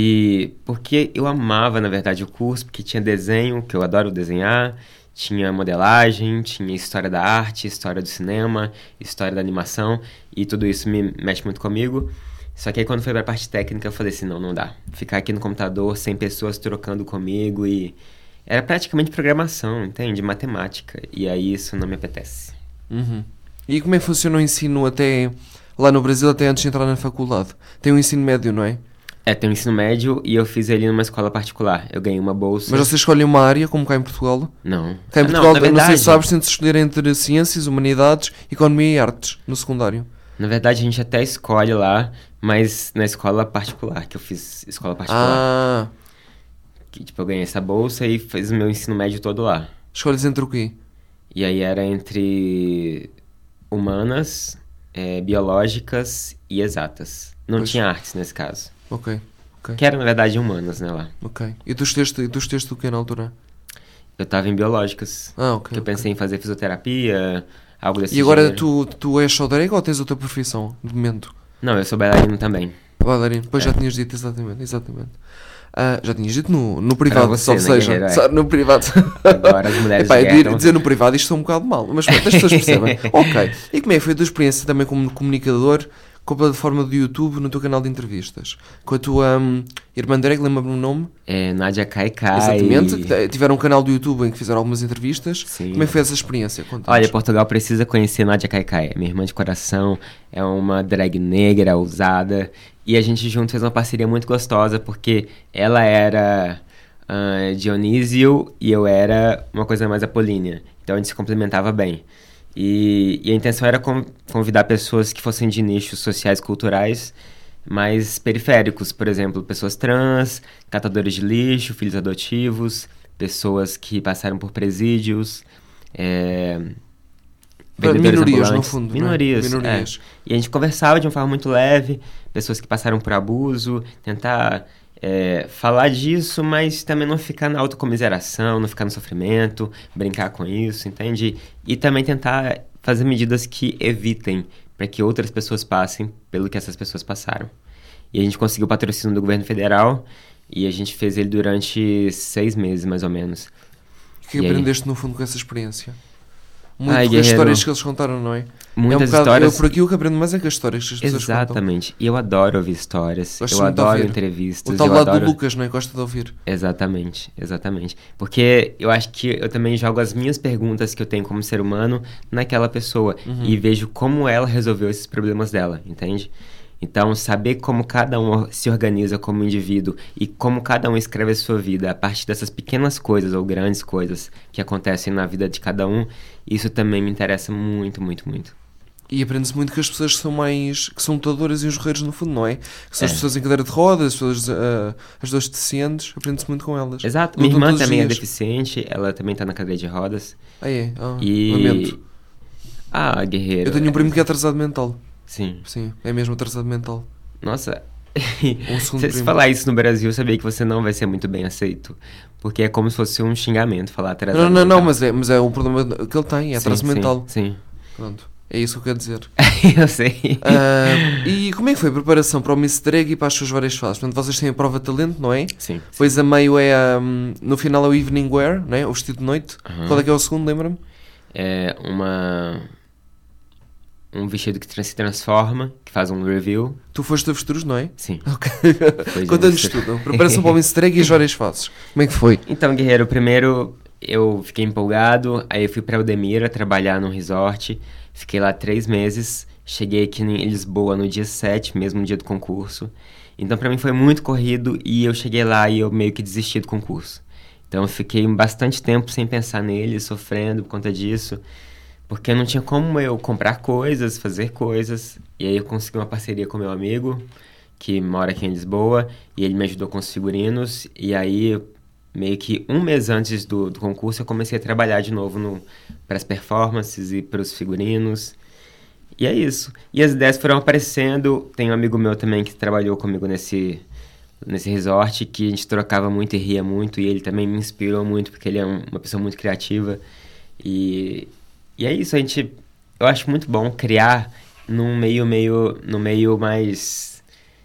E porque eu amava, na verdade, o curso, porque tinha desenho, que eu adoro desenhar, tinha modelagem, tinha história da arte, história do cinema, história da animação, e tudo isso me mexe muito comigo. Só que aí quando foi pra parte técnica eu falei assim, não dá. Ficar aqui no computador sem pessoas trocando comigo e... Era praticamente programação, entende? Matemática. E aí isso não me apetece. Uhum. E como é que funciona o ensino até lá no Brasil, até antes de entrar na faculdade? Tem um ensino médio, não é? Tem um ensino médio e eu fiz ele numa escola particular. Eu ganhei uma bolsa. Mas vocês escolhem uma área, como cá em Portugal? Não. Cá em Não, Portugal, na não sei verdade, se sabes, tem de se escolher entre ciências, humanidades, economia e artes, no secundário. na verdade a gente até escolhe lá, mas na escola particular, que eu fiz escola particular. Ah, Que, tipo, eu ganhei essa bolsa e fiz o meu ensino médio todo lá. escolhes entre o quê? E aí era entre humanas, biológicas e exatas. Não Pois. tinha artes nesse caso. Ok, Que era, na verdade, humanas, né, lá. ok. E tu escolheste o quê na altura? Eu tava em biológicas. Ah, ok. Que eu ok. pensei em fazer fisioterapia, algo desse E agora gênero. tu és só drag ou tens outra profissão, de momento? Não, eu sou bailarino também. Bailarino, depois já tinhas dito, exatamente. Ah, já tinhas dito no privado, você, ou né, seja, guerreiro, só no privado. Agora as mulheres Epá, de guerra estão- dizer no privado isto é um bocado mal, mas pronto, as pessoas percebem. Ok. E como é que foi a tua experiência também como comunicador com a plataforma do YouTube no teu canal de entrevistas? Com a tua irmã drag, lembra-me o nome? É, Nádia Kaikai. Exatamente. Tiveram um canal do YouTube em que fizeram algumas entrevistas. Sim. Como é que foi essa experiência? Conta-nos. Olha, Portugal precisa conhecer Nádia Kaikai. É minha irmã de coração, é uma drag negra, ousada. E a gente junto fez uma parceria muito gostosa, porque ela era Dionísio e eu era uma coisa mais apolínea. Então a gente se complementava bem. E a intenção era convidar pessoas que fossem de nichos sociais e culturais mais periféricos. Por exemplo, pessoas trans, catadores de lixo, filhos adotivos, pessoas que passaram por presídios, vendedores minorias, ambulantes. no fundo, não é? Minorias, Minorias. E a gente conversava de uma forma muito leve, pessoas que passaram por abuso, tentar falar disso, mas também não ficar na autocomiseração, não ficar no sofrimento, brincar com isso, entende? E também tentar fazer medidas que evitem para que outras pessoas passem pelo que essas pessoas passaram. E a gente conseguiu o patrocínio do governo federal e a gente fez ele durante 6 meses, mais ou menos. O que E aí? aprendeste no fundo com essa experiência? Muito Ai, com as guerreiro. histórias que eles contaram, não é? Muitas é um bocado, histórias. Eu por aqui o que aprendo mais é com as histórias que as pessoas contam. Exatamente. E eu adoro ouvir histórias. Gosto Eu muito de adoro ouvir. entrevistas. O tal eu lado adoro... do Lucas, não é? Gosta de ouvir. Exatamente, exatamente. Porque eu acho que eu também jogo as minhas perguntas que eu tenho como ser humano naquela pessoa. E vejo como ela resolveu esses problemas dela, entende? Então, saber como cada um se organiza como indivíduo e como cada um escreve a sua vida a partir dessas pequenas coisas ou grandes coisas que acontecem na vida de cada um, isso também me interessa muito, muito, muito. E aprende-se muito que as pessoas que são lutadoras e os guerreiros no fundo, não é? Que são as pessoas em cadeira de rodas, as pessoas deficientes, aprende-se muito com elas. Exato. Lutam Minha irmã todos os também é dias. deficiente, ela também tá na cadeira de rodas. Ah, é? Ah, E... lamento. Ah, guerreiro. Eu tenho um primo que é atrasado mental. Sim. Sim, é mesmo atrasado mental. Nossa, segundo se primo. falar isso no Brasil, eu sabia que você não vai ser muito bem aceito. Porque é como se fosse um xingamento falar atrasado Não, mental. mas é o problema que ele tem, é atraso Sim, mental. Sim, Pronto, é isso que eu quero dizer. eu sei. E como é que foi a preparação para o Miss Drag e para as suas várias fases? Portanto, vocês têm a prova de talento, não é? Sim. Depois a meio no final é o evening wear, não é? O vestido de noite. Aham. Qual é que é o segundo, lembra-me? É uma... um vestido que se transforma, que faz um review. Tu foste avestruz, não é? Sim. Ok. Foi de Conta-nos avestruz. tudo. Prepara-se para o Easter egg e as várias fases. Como é que foi? Então, Guerreiro, primeiro eu fiquei empolgado, aí eu fui pra Aldemira trabalhar num resort, fiquei lá 3 meses, cheguei aqui em Lisboa no dia 7, mesmo no dia do concurso. Então, pra mim foi muito corrido e eu cheguei lá e eu meio que desisti do concurso. Então, eu fiquei bastante tempo sem pensar nele, sofrendo por conta disso, porque não tinha como eu comprar coisas, fazer coisas. E aí eu consegui uma parceria com meu amigo, que mora aqui em Lisboa, e ele me ajudou com os figurinos. E aí, meio que 1 mês antes do concurso, eu comecei a trabalhar de novo para as performances e para os figurinos. E é isso. E as ideias foram aparecendo. Tem um amigo meu também que trabalhou comigo nesse resort, que a gente trocava muito e ria muito, e ele também me inspirou muito, porque ele é uma pessoa muito criativa. E é isso, eu acho muito bom criar no meio mais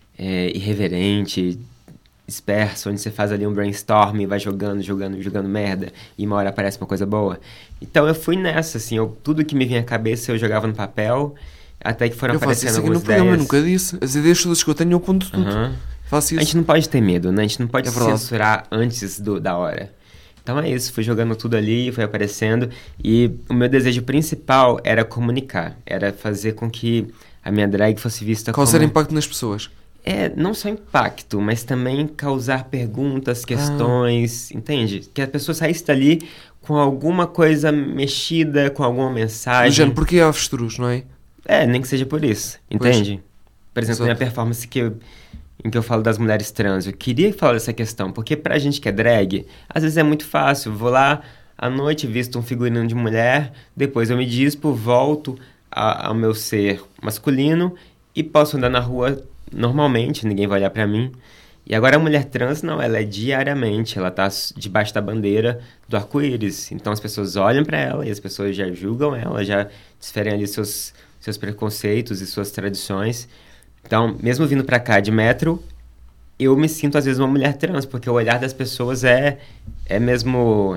irreverente, disperso, onde você faz ali um brainstorm e vai jogando merda, e uma hora aparece uma coisa boa. Então eu fui nessa, assim, tudo que me vinha à cabeça eu jogava no papel, até que foram aparecendo Eu faço isso aqui algumas no programa, eu ideias. nunca disse. As ideias todas que eu tenho eu aponto tudo. Aham. Faço A isso. gente não pode ter medo, né? A gente não pode É se verdade. censurar antes da hora. Então é isso, fui jogando tudo ali, foi aparecendo. E o meu desejo principal era comunicar. Era fazer com que a minha drag fosse vista Causar como... impacto nas pessoas. não só impacto, mas também causar perguntas, questões, entende? Que a pessoa saísse dali com alguma coisa mexida, com alguma Do mensagem. género, porque há avestruz, não é? Nem que seja por isso, entende? Por exemplo, Exato. na minha performance em que eu falo das mulheres trans, eu queria falar dessa questão, porque pra gente que é drag, às vezes é muito fácil, vou lá à noite, visto um figurino de mulher, depois eu me dispo, volto ao meu ser masculino e posso andar na rua normalmente, ninguém vai olhar pra mim. E agora a mulher trans, não, ela é diariamente, ela tá debaixo da bandeira do arco-íris, então as pessoas olham pra ela e as pessoas já julgam ela, já desferem ali seus preconceitos e suas tradições. Então, mesmo vindo pra cá de metro, eu me sinto às vezes uma mulher trans, porque o olhar das pessoas é mesmo...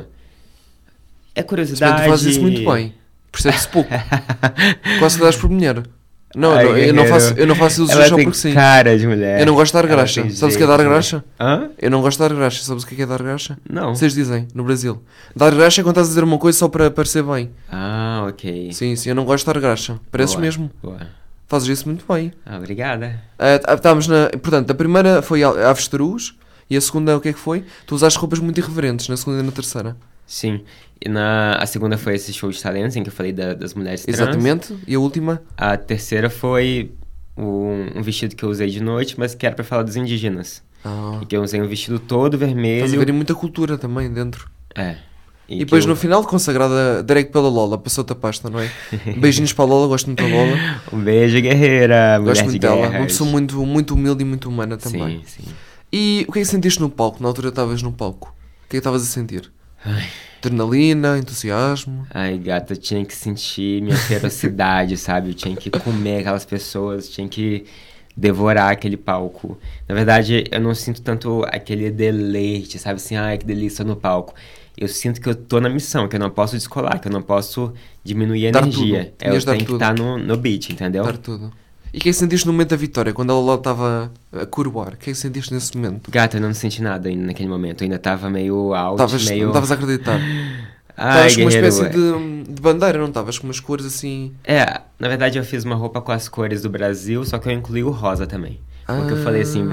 É Se bem que curiosidade... tu fazes isso muito bem. Percebe-se pouco. Quase que dás por mulher. Não, Ai, eu não faço ilusões ela só tem porque sim. cara de mulher. Eu não gosto de dar Ela graxa. tem Sabes o que é jeito dar de graxa? mulher. Hã? Eu não gosto de dar graxa. Sabes o que é dar graxa? Não. Vocês dizem, no Brasil. Dar graxa é quando estás a dizer uma coisa só para parecer bem. Ah, ok. Sim, eu não gosto de dar graxa. Pareces Boa, mesmo. Boa. Fazes isso muito bem. Obrigada. Portanto, a primeira foi a avestruz e a segunda o que é que foi? Tu usaste roupas muito irreverentes na segunda e na terceira. Sim. E a segunda foi esse show de talentos em que eu falei das mulheres trans. Exatamente. E a última? A terceira foi um vestido que eu usei de noite, mas que era pra falar dos indígenas. Ah, E que eu usei um vestido todo vermelho. estás a ver muita cultura também dentro. E E depois que no final, consagrada drag pela Lola, passou-te a pasta, não é? Beijinhos para a Lola, gosto muito da Lola. Um beijo, guerreira, mulher Gosto de muito dela. guerras. Uma pessoa muito, muito humilde e muito humana também. Sim, sim. E o que é que sentiste no palco? Na altura estavas no palco. O que é que estavas a sentir? Adrenalina, entusiasmo? Ai, gata, eu tinha que sentir minha ferocidade, sabe? Eu tinha que comer aquelas pessoas, tinha que devorar aquele palco. Na verdade, eu não sinto tanto aquele deleite, sabe? Assim, ai, que delícia no palco. Eu sinto que eu tô na missão, que eu não posso descolar, que eu não posso diminuir a Dar energia. tudo. Eu Tinhas de dar tenho que tudo. estar no beat, entendeu? Dar tudo. E o que é que sentiste no momento da vitória, quando ela lá estava a curvar? O que é que sentiste nesse momento? Gata, eu não senti nada ainda naquele momento. Eu ainda tava meio alto, Não meio... estavas a acreditar. Ai, Estavas com uma guerreiro. espécie de bandeira, não estavas? Com umas cores assim... Na verdade eu fiz uma roupa com as cores do Brasil, só que eu incluí o rosa também. Porque eu falei assim,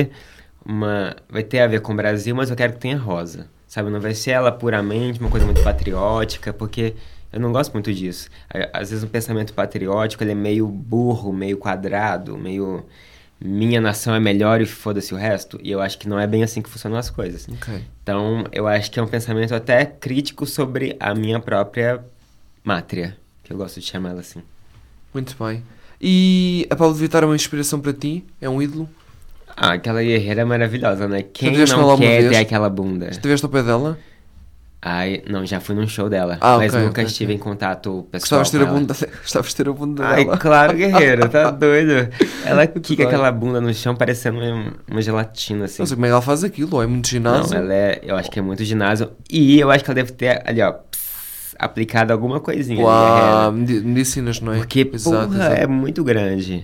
vai ter a ver com o Brasil, mas eu quero que tenha rosa. Sabe, não vai ser ela puramente uma coisa muito patriótica, porque eu não gosto muito disso. Às vezes um pensamento patriótico, ele é meio burro, meio quadrado, meio... Minha nação é melhor e foda-se o resto. E eu acho que não é bem assim que funcionam as coisas. Ok. Então, eu acho que é um pensamento até crítico sobre a minha própria mátria, que eu gosto de chamar ela assim. Muito bem. E a Pablo Vittar é uma inspiração para ti? É um ídolo? Aquela guerreira é maravilhosa, né? Quem tiveste com ela não alguma quer vez? ter aquela bunda? Estiveste ao pé dela? Ai, não, já fui num show dela, Ah, mas ok, nunca ok, estive ok. em contato pessoal Gostavas de ter com a ela. bunda, gostavas de ter a bunda Ai, dela? claro, guerreiro, tá doido? Ela quica bem. aquela bunda no chão parecendo uma gelatina, assim. Não sei como é que ela faz aquilo, ou é muito ginásio? Não, eu acho que é muito ginásio. E eu acho que ela deve ter ali, ó, aplicado alguma coisinha. Uau, medicinas, não é? Porque, porra, é muito grande.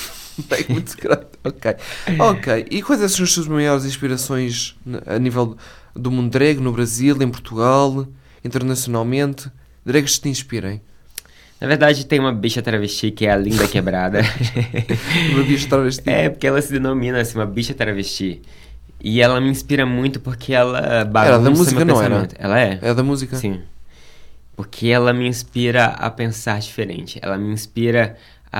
É muito grande. Ok. E quais são as suas maiores inspirações a nível do mundo drag, no Brasil, em Portugal, internacionalmente? Drags que te inspirem? Na verdade, tem uma bicha travesti que é a Linda Quebrada. Uma bicha travesti? É, porque ela se denomina assim, uma bicha travesti. E ela me inspira muito porque ela bagunça Era da música, meu não era? pensamento. Ela é? É da música? Sim. Porque ela me inspira a pensar diferente. Ela me inspira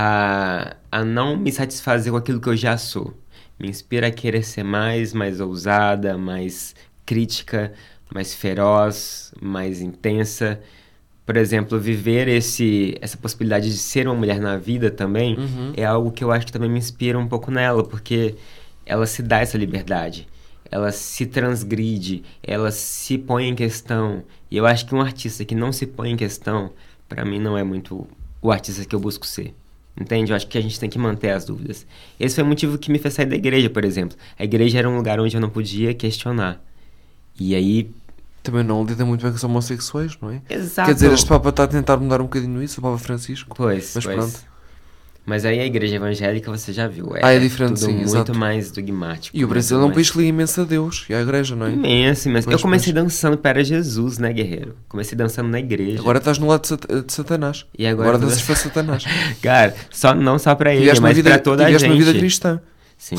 a não me satisfazer com aquilo que eu já sou. Me inspira a querer ser mais ousada, mais crítica, mais feroz, mais intensa. Por exemplo, viver essa possibilidade de ser uma mulher na vida também é algo que eu acho que também me inspira um pouco nela, porque ela se dá essa liberdade, ela se transgride, ela se põe em questão. E eu acho que um artista que não se põe em questão, pra mim não é muito o artista que eu busco ser. Entende? Eu acho que a gente tem que manter as dúvidas. Esse foi o motivo que me fez sair da igreja, por exemplo. A igreja era um lugar onde eu não podia questionar. E aí... Também não lida muito bem com os homossexuais, não é? Exato. Quer dizer, este Papa está a tentar mudar um bocadinho isso, o Papa Francisco. Pois. Pronto. Mas aí a igreja evangélica, você já viu, é diferente, tudo sim, muito exato. mais dogmático. E o Brasil é um país que liga imenso a Deus e à igreja, não é? Imenso. Eu comecei dançando para Jesus, né, guerreiro? Comecei dançando na igreja. Agora estás no lado de Satanás. E agora danças para Satanás. Cara, não só para ele, mas para toda a gente. Tiveste uma vida cristã. Sim.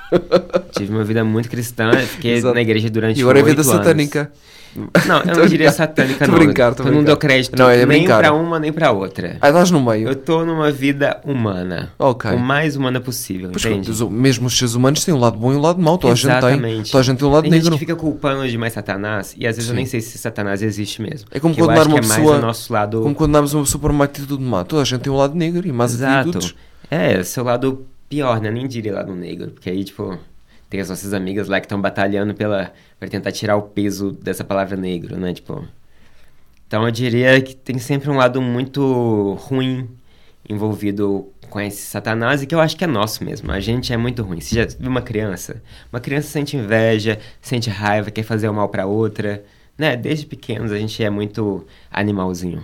Tive uma vida muito cristã, fiquei na igreja durante 8 anos. E agora é vida satânica. Não, eu não diria satânica, não. Eu não dou crédito nem pra uma nem pra outra. Estás no meio. Eu tô numa vida humana. Ok. O mais humana possível, entende? Mesmo os seres humanos têm um lado bom e um lado mau. Toda a gente tem um lado negro. Tem gente que fica culpando demais Satanás, e às vezes eu nem sei se Satanás existe mesmo. É como condenar uma pessoa... mais o nosso lado... Como condenarmos uma pessoa por uma atitude má. Toda a gente tem um lado negro e más atitudes. É, seu lado pior, né? Nem diria lado negro, porque aí, tipo... Tem as nossas amigas lá que estão batalhando pra tentar tirar o peso dessa palavra negro, né? Tipo... Então eu diria que tem sempre um lado muito ruim envolvido com esse Satanás, e que eu acho que é nosso mesmo. A gente é muito ruim. Você já viu uma criança? Uma criança sente inveja, sente raiva, quer fazer o mal pra outra, né? Desde pequenos a gente é muito animalzinho.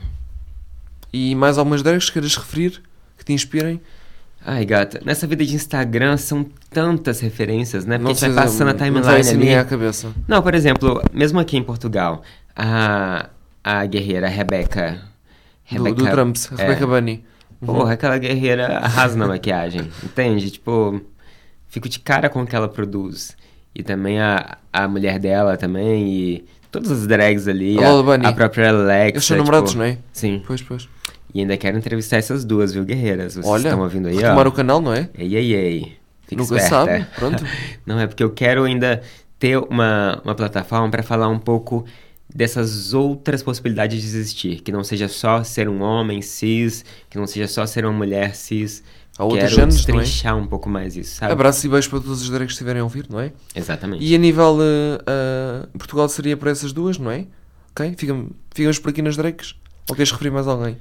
E mais algumas drags que queiras referir que te inspirem? Ai, gata, nessa vida de Instagram são tantas referências, né? Porque a gente vai passando a timeline ali. A cabeça. Não, por exemplo, mesmo aqui em Portugal, a guerreira Rebeca... Do Trumps, Rebeca Bunny. Porra, aquela guerreira arrasa na maquiagem, entende? Tipo, fico de cara com o que ela produz. E também a mulher dela também, e todas as drags ali, a própria Alexa. Eles são namorados, não é? Sim. Pois. E ainda quero entrevistar essas duas, viu, guerreiras? Vocês estão ouvindo aí, ó. Tomar o canal, não é? Ei. Fique Nunca esperta. sabe, pronto. Não, é porque eu quero ainda ter uma plataforma para falar um pouco dessas outras possibilidades de existir. Que não seja só ser um homem cis, que não seja só ser uma mulher cis. Quero destrinchar um pouco mais isso, sabe? Abraço e beijo para todos os drags que estiverem a ouvir, não é? Exatamente. E a nível Portugal seria para essas duas, não é? Ok? Ficamos por aqui nas drags? Ou queres referir mais alguém?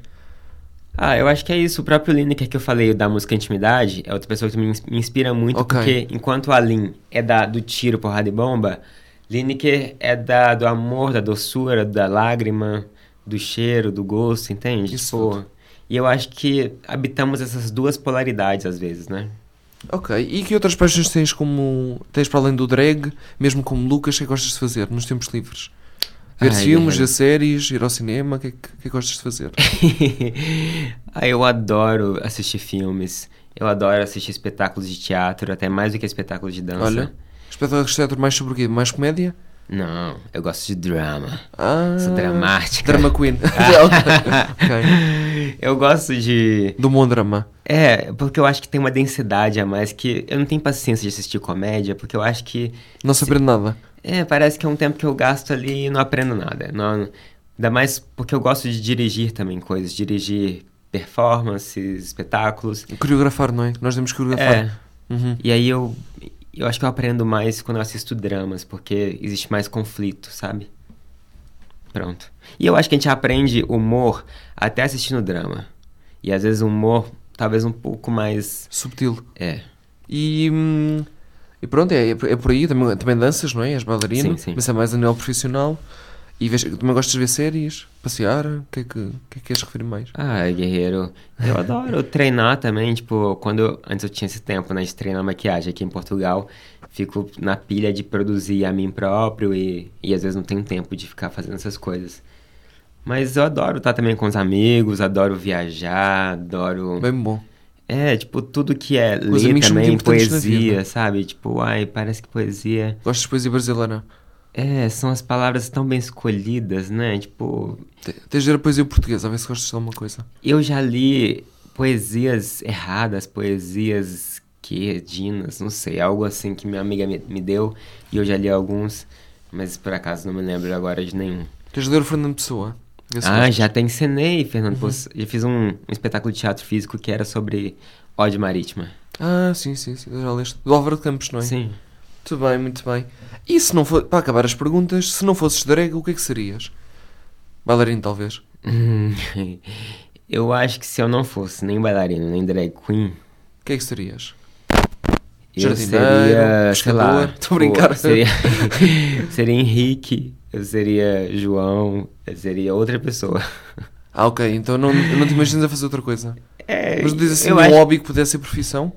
Eu acho que é isso. O próprio Lineker que eu falei da música Intimidade é outra pessoa que me inspira muito, porque enquanto a Lin é do tiro, porrada e bomba, Lineker é do amor, da doçura, da lágrima, do cheiro, do gosto, entende? Isso. E eu acho que habitamos essas duas polaridades às vezes, né? Ok. E que outras paixões tens para além do drag, mesmo como Lucas, o que gostas de fazer nos tempos livres? Ver filmes, ver séries, ir ao cinema, o que gostas de fazer? Eu adoro assistir filmes, eu adoro assistir espetáculos de teatro, até mais do que espetáculos de dança. Olha, espetáculos de teatro mais sobre o quê? Mais comédia? Não, eu gosto de drama. Sou dramática. Drama queen. Okay. Eu gosto do bom drama. Porque eu acho que tem uma densidade a mais, que eu não tenho paciência de assistir comédia, porque eu acho que... Não se aprende nada. Parece que é um tempo que eu gasto ali e não aprendo nada. Ainda mais porque eu gosto de dirigir também coisas. Dirigir performances, espetáculos. Coreografar, não é? Nós temos que coreografar. E aí eu acho que eu aprendo mais quando eu assisto dramas, porque existe mais conflito, sabe? Pronto. E eu acho que a gente aprende humor até assistindo drama. E às vezes humor talvez um pouco mais... subtil. E pronto, é por aí, também danças, não é? As bailarinas, sim. mas é mais a nível profissional. E também gostas de ver séries? Passear? O que é que queres referir mais? Ah, guerreiro, eu adoro treinar também, tipo, antes eu tinha esse tempo, né, de treinar maquiagem aqui em Portugal, fico na pilha de produzir a mim próprio e às vezes não tenho tempo de ficar fazendo essas coisas. Mas eu adoro estar também com os amigos, adoro viajar, adoro... Bem bom. Tipo, tudo que é Os ler amigos são muito também, importantes na vida. poesia, sabe? Tipo, parece que poesia... Gostas de poesia brasileira? São as palavras tão bem escolhidas, né? Tipo, Tens de ler a poesia portuguesa, a ver se gostas de alguma coisa. eu já li poesias erradas, poesias quedinas, não sei, algo assim que minha amiga me deu, e eu já li alguns, mas por acaso não me lembro agora de nenhum. Tens de ler o Fernando Pessoa. Vê se gostas. Já até encenei, Fernando. Já fiz um espetáculo de teatro físico que era sobre Ode Marítima. Sim, já leste. Do Álvaro de Campos, não é? Sim. Muito bem, muito bem. E se não for, para acabar as perguntas, se não fosses drag, o que é que serias? Bailarino, talvez. Eu acho que se eu não fosse nem bailarino, nem drag queen, O que é que serias? eu Jardineiro, seria, sei lá, pescador? Tô a brincar. seria Henrique, eu seria João, eu seria outra pessoa. Ok, então não te imaginas a fazer outra coisa. Mas diz assim, eu um acho- hobby que pudesse ser profissão?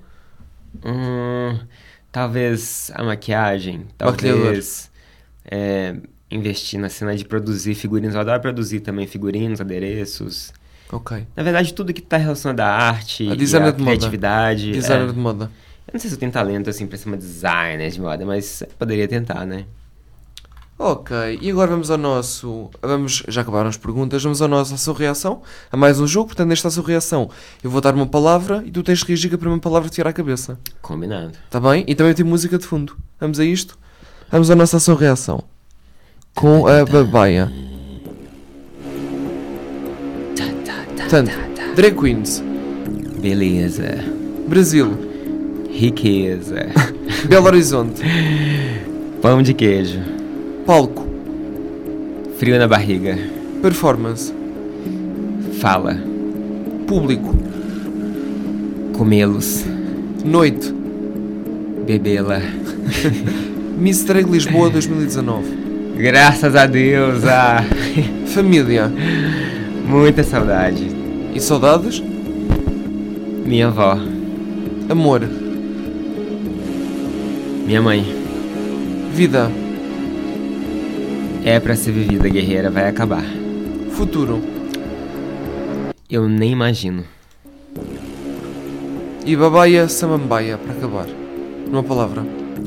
Talvez a maquiagem, Maquilhador. talvez investir na cena de produzir figurinos. Eu adoro produzir também figurinos, adereços. Ok. Na verdade, tudo que está relacionado à arte, A e designer à de moda. criatividade. Designer de moda. Eu não sei se eu tenho talento assim pra ser uma designer de moda, mas poderia tentar, né? Ok, e agora vamos ao nosso... já acabaram as perguntas, vamos à nossa ação reação, a mais um jogo. Portanto, nesta ação reação eu vou dar uma palavra e tu tens de reagir com a primeira palavra que te vier à cabeça. Combinado. Está bem? E também tem música de fundo. Vamos a isto? Vamos à nossa ação reação. Com a babaia. Portanto, Drag Queens, Beleza. Brasil, Riqueza. Belo Horizonte, Pão de queijo. palco, Frio na barriga. performance, Fala. público, Comê-los. noite, Bebê-la. Miss Drag Lisboa 2019, Graças a Deus. família Muita saudade. e saudades, Minha avó. amor, Minha mãe. vida, É pra ser vivida, guerreira. Vai acabar. futuro Eu nem imagino. e babaia samambaia, para acabar. Numa palavra.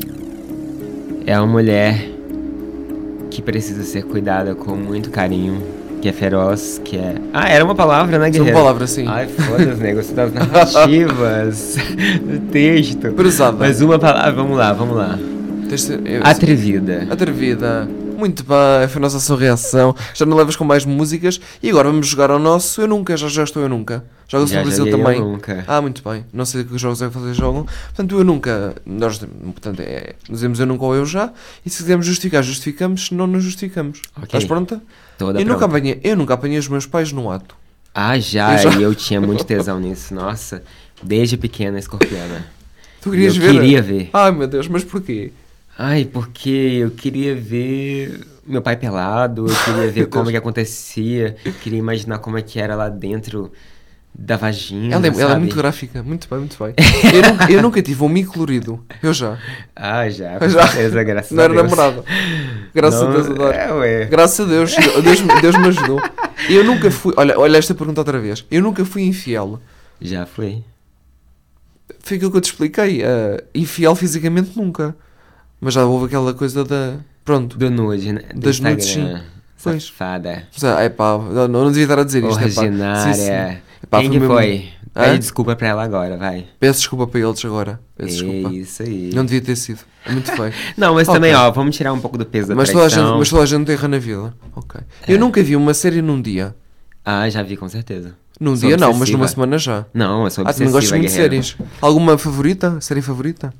É uma mulher que precisa ser cuidada com muito carinho, que é feroz, que é... era uma palavra, né, São guerreira? palavras, sim. Ai, foda-se, negócio das narrativas, do texto. Pesada. Mas uma palavra, vamos lá. Tens de- Atrevida. Atrevida. Muito bem, foi a nossa ação reação. Já não levas com mais músicas. E agora vamos jogar ao nosso Eu Nunca. Já estou Eu Nunca. Joga-se Já no Brasil joguei Eu também. Nunca. Muito bem. Não sei que jogos é que vocês jogam. Portanto, Eu Nunca. Portanto, dizemos Eu Nunca ou Eu Já. E se quisermos justificar, justificamos. Se não, não justificamos. Ok. Estás pronta? Toda Eu pronta. nunca apanhei os meus pais no ato. Já, Eu já. e eu tinha muito tesão nisso. Nossa, desde pequena, escorpiana. Tu querias Eu ver? queria ver. Ai, meu Deus, mas porquê? Porque eu queria ver meu pai pelado, eu queria ver como que acontecia, eu queria imaginar como é que era lá dentro da vagina, Ela é sabe? muito gráfica. Muito bem, muito bem. Eu nunca tive um mico colorido. Eu já. Já, com Já. certeza, graças Não a era Deus. namorado. Graças a Deus, adoro. Ué. Graças a Deus, Deus me ajudou. Eu nunca fui. Olha esta pergunta outra vez. Eu nunca fui infiel. Já foi. Foi aquilo que eu te expliquei. Infiel fisicamente nunca. Mas já houve aquela coisa da. Pronto. Do nude, né? Do Das nudes, Instagram. sim. Pois. Safada. Não devia estar a dizer isto. Ordinária. Epá, Quem foi que mesmo- foi? Hã? Pede desculpa pra ela agora, vai. Peço desculpa para eles agora. Peço desculpa. Isso aí. Não devia ter sido. É muito feio. Não, mas Ok. também, vamos tirar um pouco do peso da Mas toda, traição. mas toda a gente erra na vida. Ok. Eu nunca vi uma série num dia. Já vi, com certeza. Num Sou dia não, mas obsessiva. numa semana já. Não, eu sou obsessiva, Também gosto muito de guerreira. séries. Alguma favorita? Série favorita?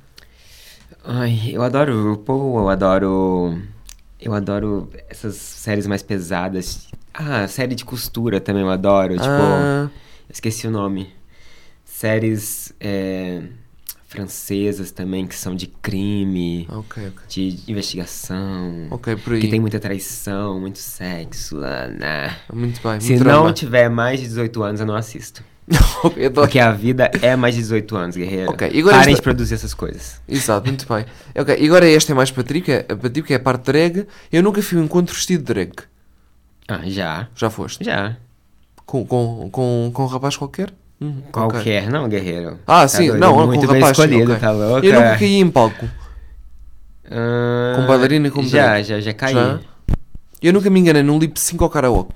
Eu adoro RuPaul, eu adoro essas séries mais pesadas. Série de costura também eu adoro, tipo, Ah, esqueci o nome. Séries francesas também, que são de crime, Ok. de investigação, Ok, por aí. que tem muita traição, muito sexo. Né? Muito bem. Se muito não drama. tiver mais de 18 anos, eu não assisto. Ok, adoro. Porque a vida é mais de 18 anos, guerreiro. Ok, e agora Parem esta- de produzir essas coisas. Exato, muito bem. Ok, e agora esta é mais para ti, que é a parte drag. Eu nunca fui a um encontro vestido de drag. Ah, já. Já foste? Já. Com um rapaz qualquer? Ok. Qualquer, não, guerreiro. Ah, Tá sim, doido, não, muito com o bem rapaz. sim, escolhido, ok. tá louca? Eu nunca caí em palco. Com bailarina e com drag. Já caí. Já? Eu nunca me enganei num lip sync ao karaoke.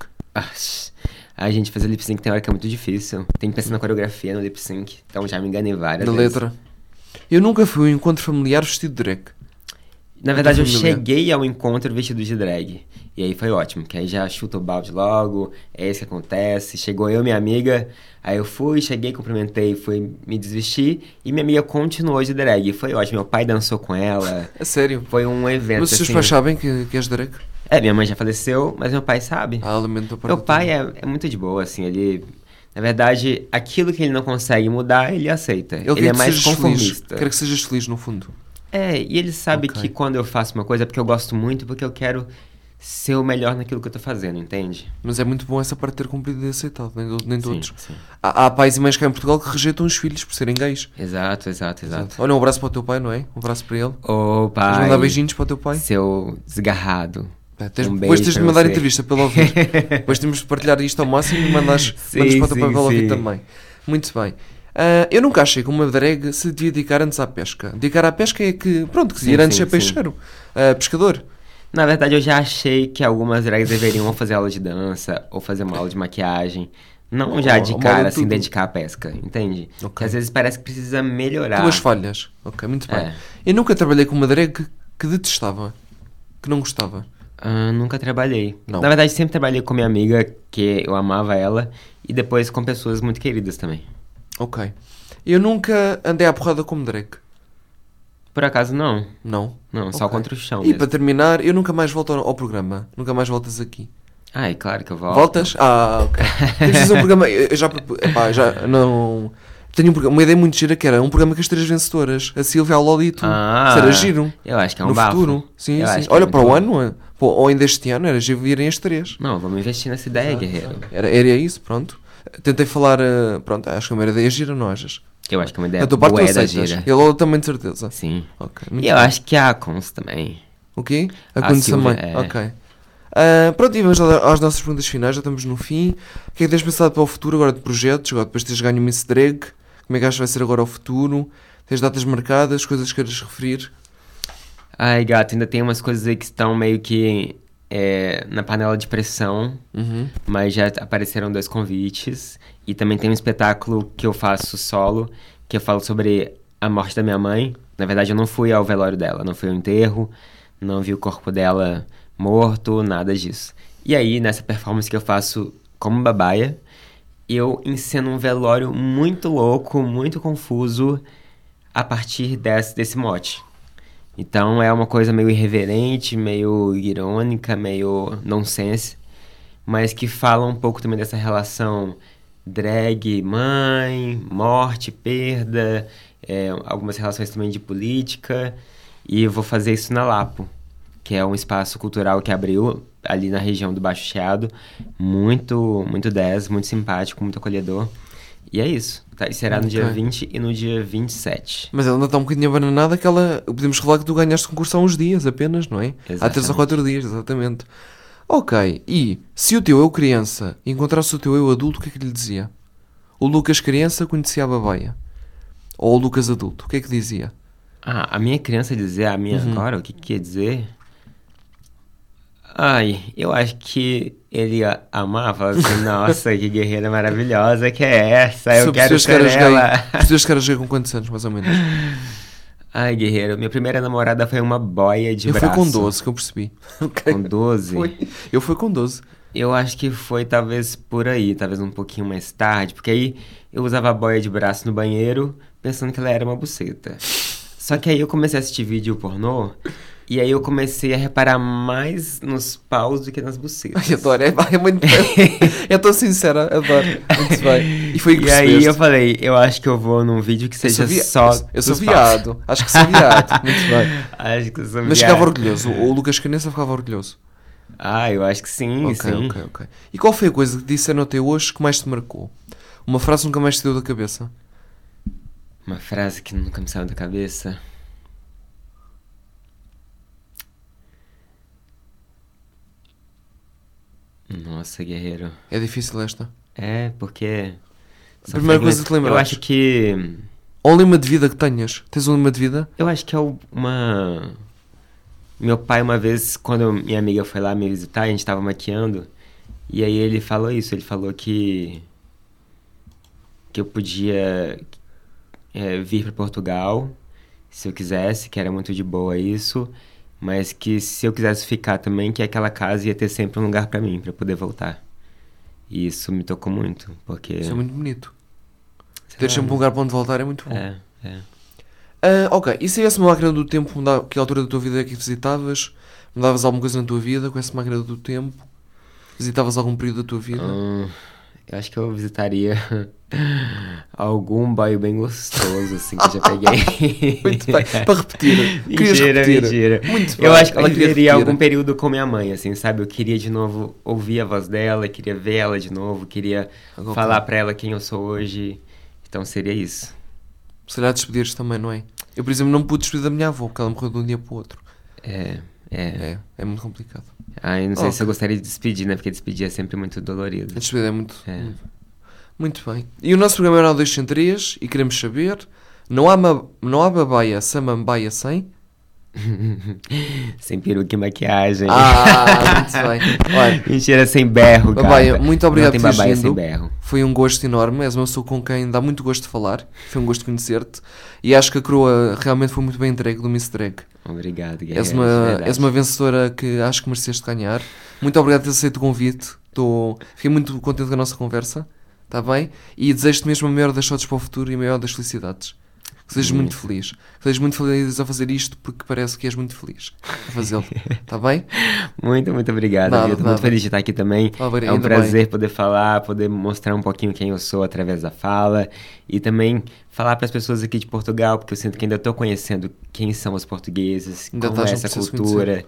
A gente fazer lip sync tem hora que é muito difícil. Tem que pensar na coreografia, no lip sync. Então já me enganei várias Na vezes. letra. Eu nunca fui a um encontro familiar vestido de drag. Na verdade, eu familiar. cheguei ao encontro vestido de drag. E aí foi ótimo, que aí já chuta o balde logo, é isso que acontece. Chegou eu e minha amiga, aí eu fui, cheguei, cumprimentei, fui me desvestir. E minha amiga continuou de drag. Foi ótimo, meu pai dançou com ela. A sério. Foi um evento, Mas os seus assim. pais sabem que és drag? É, minha mãe já faleceu, mas meu pai sabe. Ah, lamento a parte Meu da pai tua- é muito de boa, assim, ele... Na verdade, aquilo que ele não consegue mudar, ele aceita. Ele Ele quer é que mais sejas conformista. feliz. Quer que sejas feliz, no fundo. É, e ele sabe Ok. que quando eu faço uma coisa é porque eu gosto muito, porque eu quero ser o melhor naquilo que eu tô fazendo, entende? Mas é muito bom essa parte de ter cumprido e aceitado. Nem todos. Sim. Há pais e mães cá em Portugal que rejeitam os filhos por serem gays. Exato. Olha, um abraço para o teu pai, não é? Um abraço para ele. Ô, Vais pai, mandar beijinhos para o teu pai? seu desgarrado. Depois beijo tens de pra mandar você. entrevista para ele ouvir. Depois temos de partilhar isto ao máximo e mandas para o teu pai para ele ouvir sim. também. Muito bem. Eu nunca achei que uma drag se devia dedicar antes à pesca. Dedicar à pesca é que, pronto, que Sim, ir antes sim, ser peixeiro. Pescador. Na verdade, eu já achei que algumas drags deveriam ou fazer aula de dança, ou fazer uma aula de maquiagem. Não já de Uma cara, aula de assim, tudo. dedicar à pesca, entende? Ok. Que às vezes parece que precisa melhorar. Duas falhas. Ok, muito bem. É. Eu nunca trabalhei com uma drag que detestava. Que não gostava. Nunca trabalhei. Não. Na verdade, sempre trabalhei com minha amiga, que eu amava ela, e depois com pessoas muito queridas também. Ok. Eu nunca andei à porrada como drag. Por acaso, não. Não. Não, só Ok. contra o chão E mesmo. para terminar, eu nunca mais volto ao programa. Nunca mais voltas aqui. Ai, claro que eu volto. Voltas? Ah, ok. Temos de fazer um programa. Eu já não. Tenho uma ideia muito gira que era um programa com as 3 vencedoras: a Silvia, a Lola e tu. Ah, Isso era giro. Eu acho que é um No bafo. futuro. Sim, Eu sim. acho que Olha, é para o muito ano, ou ainda este ano, era giro virem as 3. Não, vamos investir nessa ideia, guerreiro. Era isso, pronto. Tentei falar. Pronto, acho que é uma ideia gira, não achas? Eu acho que é uma ideia Da tua parte, tu bué da aceitas. gira. E a Lola também, de certeza. Sim. Ok. muito E eu bem. acho que a Cons também. O quê? A A Cunha Silvia, também. é. Ok. Pronto, e vamos às nossas perguntas finais, já estamos no fim. O que é que tens pensado para o futuro agora de projetos? Agora depois de teres ganho o Miss Drag, como é que achas que vai ser agora o futuro? Tens datas marcadas, coisas que queiras referir? Ai, gato, ainda tem umas coisas aí que estão meio que na panela de pressão, Uhum. mas já apareceram 2 convites. E também tem um espetáculo que eu faço solo, que eu falo sobre a morte da minha mãe. Na verdade, eu não fui ao velório dela, não fui ao enterro, não vi o corpo dela morto, nada disso. E aí, nessa performance que eu faço como babaia, eu enceno um velório muito louco, muito confuso, a partir desse mote. Então é uma coisa meio irreverente, meio irônica, meio nonsense, mas que fala um pouco também dessa relação drag, mãe, morte, perda, algumas relações também de política. E eu vou fazer isso na Lapo, que é um espaço cultural que abriu ali na região do Baixo Chiado, muito 10, muito simpático, muito acolhedor. E é isso. Tá? E será no dia Ok. 20 e no dia 27. Mas ela ainda está um bocadinho abananada que ela... Podemos revelar que tu ganhaste concurso há uns dias apenas, não é? Há 3 ou 4 dias, exatamente. Ok, e se o teu eu criança encontrasse o teu eu adulto, o que é que lhe dizia? O Lucas criança conhecia a babaia. Ou o Lucas adulto, o que é que dizia? A minha criança dizer a minha agora, o que quer dizer? Ai, eu acho que ele amava, assim, nossa, que guerreira maravilhosa que é essa, eu quero ser ela. Percebes que eras gay com quantos anos, mais ou menos? Ai, guerreiro, minha primeira namorada foi uma boia de Eu braço. fui com 12, que eu percebi. Ok. Com 12? Eu fui com 12. Eu acho que foi talvez por aí, talvez um pouquinho mais tarde, porque aí eu usava a boia de braço no banheiro, pensando que ela era uma buceta. Só que aí eu comecei a assistir vídeo pornô E aí eu comecei a reparar mais nos paus do que nas bucetas. Ai, adoro, é muito bem. Eu tô sincera, adoro. Muito bem. E foi o que E aí percebeste. eu falei, eu acho que eu vou num vídeo que seja só Eu sou dos paus. viado. Acho que sou viado. Muito bem. Acho que eu sou Mas viado. ficava orgulhoso. O Lucas Canessa ficava orgulhoso. Ah, eu acho que sim, sim. Ok. E qual foi a coisa que disseram até hoje que mais te marcou? Uma frase que nunca mais te deu da cabeça? Uma frase que nunca me saiu da cabeça. Nossa, guerreiro. É difícil esta. É, porque... A primeira coisa fragmentos. que te lembraste. Eu acho que... Ou um lema de vida que tenhas? Tens um lema de vida? Eu acho que é uma... Meu pai, uma vez, quando minha amiga foi lá me visitar, a gente tava maquiando, e aí ele falou isso, ele falou que eu podia vir para Portugal, se eu quisesse, que era muito de boa isso, mas que se eu quisesse ficar também, que aquela casa ia ter sempre um lugar para mim, para poder voltar. E isso me tocou muito, porque... Isso é muito bonito. sei Ter lá, sempre um lugar para onde voltar é muito bom. É. Ok, e se tivesse uma máquina do tempo, que altura da tua vida é que visitavas? Mudavas alguma coisa na tua vida com essa máquina do tempo? Visitavas algum período da tua vida? Eu acho que eu visitaria algum bairro bem gostoso, assim, que eu já peguei. Muito bem, para repetir. Querias repetir. Mentira. Muito bem. Eu acho que eu Ela queria viveria repetir. algum período com minha mãe, assim, sabe? Eu queria de novo ouvir a voz dela, queria ver ela de novo, queria Ok. falar pra ela quem eu sou hoje. Então seria isso. Se calhar despedir-te também, não é? Eu, por exemplo, não me pude despedir da minha avó, porque ela morreu de um dia para o outro. É muito complicado. Ah, eu não sei Ok. se eu gostaria de despedir, né? Porque despedir é sempre muito dolorido. A despedida é muito... É. Muito bem. E o nosso programa era o 203 e queremos saber... Não há babaia, samambaia sem... Sem peruca e maquiagem. Muito bem. Olha, Mentira, sem berro, cara. Babaia, muito obrigado Não por tem teres babaia vindo. sem berro. foi um gosto enorme. És uma pessoa com quem dá muito gosto de falar. Foi um gosto conhecer-te. E acho que a coroa realmente foi muito bem entregue do Miss Drag. Obrigado, guerreiro. És de uma, verdade. és uma vencedora que acho que mereceste ganhar. Muito obrigado por teres aceito o convite. Fiquei muito contente com a nossa conversa. Está bem? E desejo-te mesmo a maior das sortes para o futuro e a maior das felicidades. Que sejas muito feliz. Que sejas muito feliz a fazer isto porque parece que és muito feliz a fazê-lo. Está bem? Muito, muito obrigado. Nada, Eu tô nada. muito feliz de estar aqui também. Obrigado, É um ainda prazer poder falar, poder mostrar um pouquinho quem eu sou através da fala. E também falar para as pessoas aqui de Portugal, porque eu sinto que ainda estou conhecendo quem são os portugueses, Ainda como é estás no essa processo de cultura.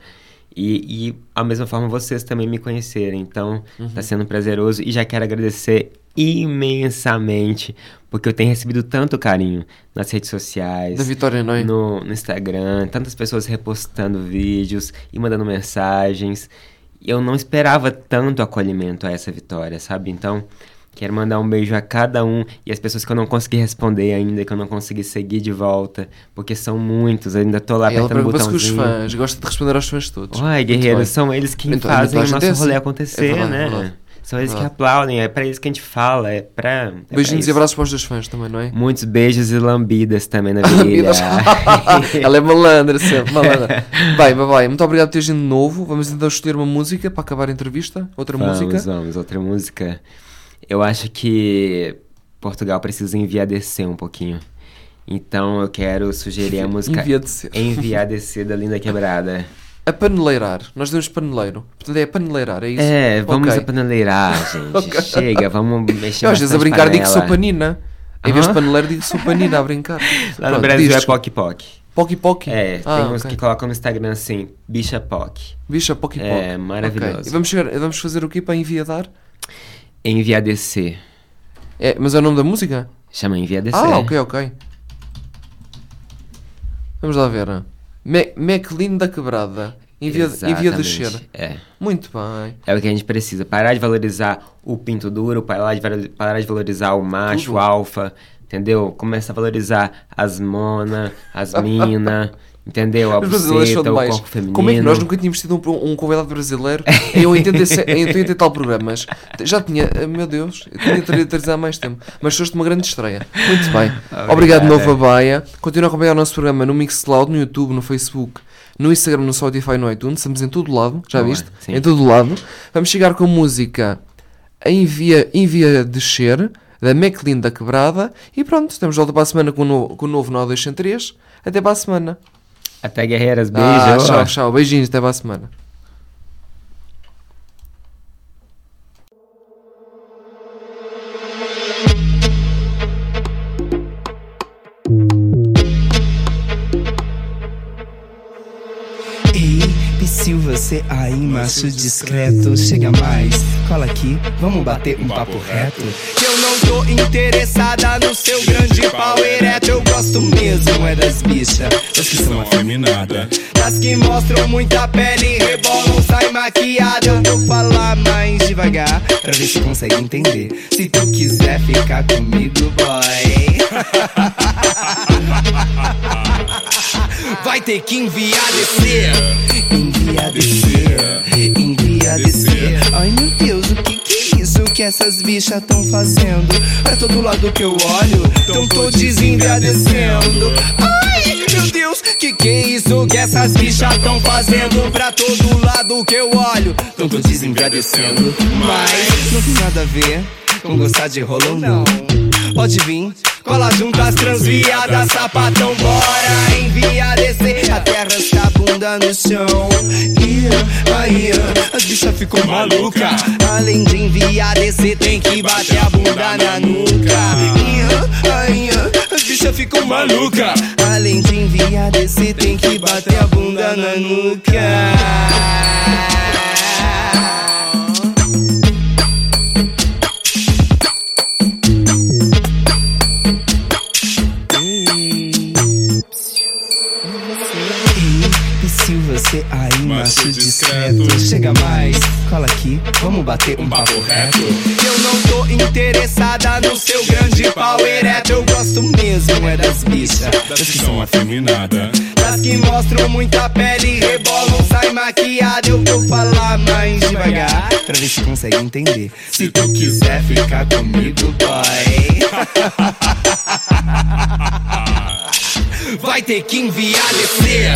E a mesma forma vocês também me conhecerem. Então, Uhum. está sendo prazeroso. E já quero agradecer imensamente, porque eu tenho recebido tanto carinho nas redes sociais. Da Vitória, não é? No Instagram, tantas pessoas repostando vídeos e mandando mensagens. Eu não esperava tanto acolhimento a essa vitória, sabe? Então, quero mandar um beijo a cada um e as pessoas que eu não consegui responder ainda, que eu não consegui seguir de volta, porque são muitos, eu ainda tô lá Ela apertando o preocupa-se com os botãozinho. fãs. Gosta de responder aos fãs todos. Ai, Muito guerreiros, bem. são eles que Então, fazem a o gente nosso é assim. rolê acontecer, É verdade, né? é verdade. São eles que Verdade. aplaudem, é pra isso que a gente fala, é pra Beijinhos e isso. abraços para os teus fãs também, não é? Muitos beijos e lambidas também na virilha. Ela é malandra sempre, malandra. Bem, bye. Muito obrigado por teres vindo de novo. Vamos então escolher uma música para acabar a entrevista. Outra música. Vamos, outra música. Eu acho que Portugal precisa enviadecer um pouquinho. Então eu quero sugerir a música Enviadecer. Enviadecer da Linda Quebrada. A paneleirar. Nós temos paneleiro. Portanto é paneleirar, é isso? É, vamos Ok. apaneleirar, gente. Ok. Chega, vamos mexer Eu às vezes a bastante brincar digo que sou panela. panina. Em vez de Aham. paneleiro digo que sou panina a brincar. Lá no Pronto, Brasil diz, é desculpa. Poc-Poc. Poc-Poc? É, tem uns ok. que colocam no Instagram assim, bicha Poc. Bicha, Poc-Poc. É, maravilhoso. Ok. E vamos fazer o quê para enviadar? Enviadecer. É, mas é o nome da música? Chama Enviadecer. Ok. Vamos lá ver. Maclean da Quebrada. Envia Exatamente. descer. É. Muito bem. É o que a gente precisa. Parar de valorizar o pinto duro, parar de valorizar o macho, Tudo. o alfa, entendeu? Começa a valorizar as mona, as mina, entendeu? A Os brasileiros são buceta, o demais. corpo feminino. Como é que nós nunca tínhamos tido um convidado brasileiro em 80 e tal programas? Já tinha, meu Deus, eu tinha trazido há mais tempo. Mas foste uma grande estreia. Muito bem. Obrigado de novo, Babaia. Continua a acompanhar o nosso programa no Mixcloud, no YouTube, no Facebook, no Instagram, no Spotify, no iTunes. Estamos em todo lado, já Boa, viste? sim. Em todo lado. Vamos chegar com a música Envia Descer, da Maclean da Quebrada. E pronto, estamos de volta para a semana com o novo Nó 203. Até para a semana. Até, guerreiras. Beijo. Tchau, tchau. Beijinhos, até para a semana. Se você aí, macho discreto, chega mais, cola aqui, vamos bater um papo reto. Eu não tô interessada no seu grande pau ereto. Eu gosto mesmo é das bichas, das que são afeminadas, das que mostram muita pele e rebolam, sai maquiada. Eu vou falar mais devagar, pra ver se consegue entender. Se tu quiser ficar comigo, boy, vai ter que enviar descer. Envia descer. Ai meu Deus, o que é isso que essas bichas tão fazendo? Pra todo lado que eu olho, tão todos enviadecendo. Ai meu Deus, que é isso que essas bichas tão fazendo? Pra todo lado que eu olho, tão todos enviadecendo. Mas não tem nada a ver com gostar de rolão não. Pode vir, cola junto as transviadas, sapatão, bora envia descer até arrastar a bunda no chão. Aí, as bichas ficam maluca. Além de enviar descer, tem que bater a bunda na nuca. Aí, as bichas ficam maluca. Além de enviar descer, tem que bater a bunda na nuca. Você aí, macho discreto, chega mais, cola aqui, vamos bater um papo reto. Eu não tô interessada no seu grande pau ereto. Eu gosto mesmo é das bichas, das que são afeminadas, das que mostram muita pele e rebolam, sai maquiada. Eu vou falar mais devagar, pra ver se consegue entender. Se tu quiser ficar comigo, boy, vai ter que enviar descer.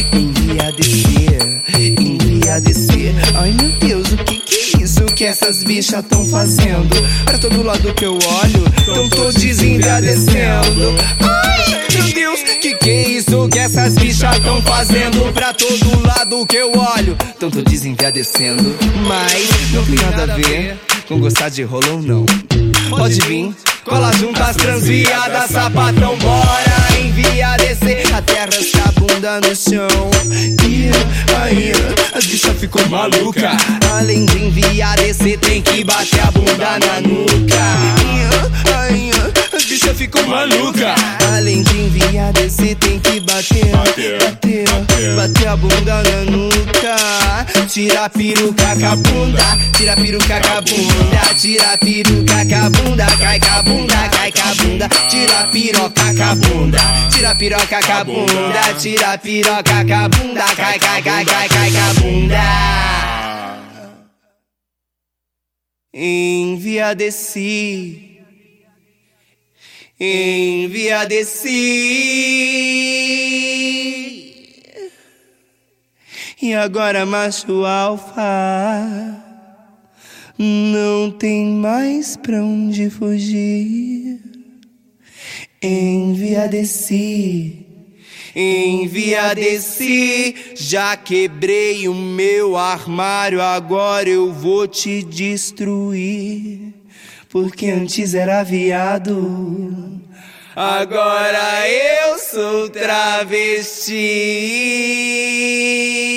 Envia descer. Ai meu Deus, o que é isso que essas bichas tão fazendo? Pra todo lado que eu olho, tão todos enviadecendo. Ai meu Deus, que é isso que essas bichas tão fazendo? Pra todo lado que eu olho, tão todos enviadecendo. Mas não tem nada a ver com gostar de rolão não. Pode vir, cola junto as transviadas, sapatão, bora envia descer até arrastar a bunda no chão. Aí, as bichas ficam maluca. Além de enviar descer, tem que bater a bunda na nuca. Aí, as bichas ficam maluca. Além de enviar descer, tem que bater a bunda na nuca. Tira a peruca com a bunda, tira a peruca com a bunda, tira a peruca com a bunda, cai com a bunda, cai com a bunda. Tira a piroca com a bunda, tira a piroca com a bunda, tira a piroca com a bunda, cai com a bunda. Envia descer, envia descer. E agora macho alfa, não tem mais pra onde fugir. Envia descer, envia descer. Já quebrei o meu armário, agora eu vou te destruir. Porque antes era viado, agora eu sou travesti.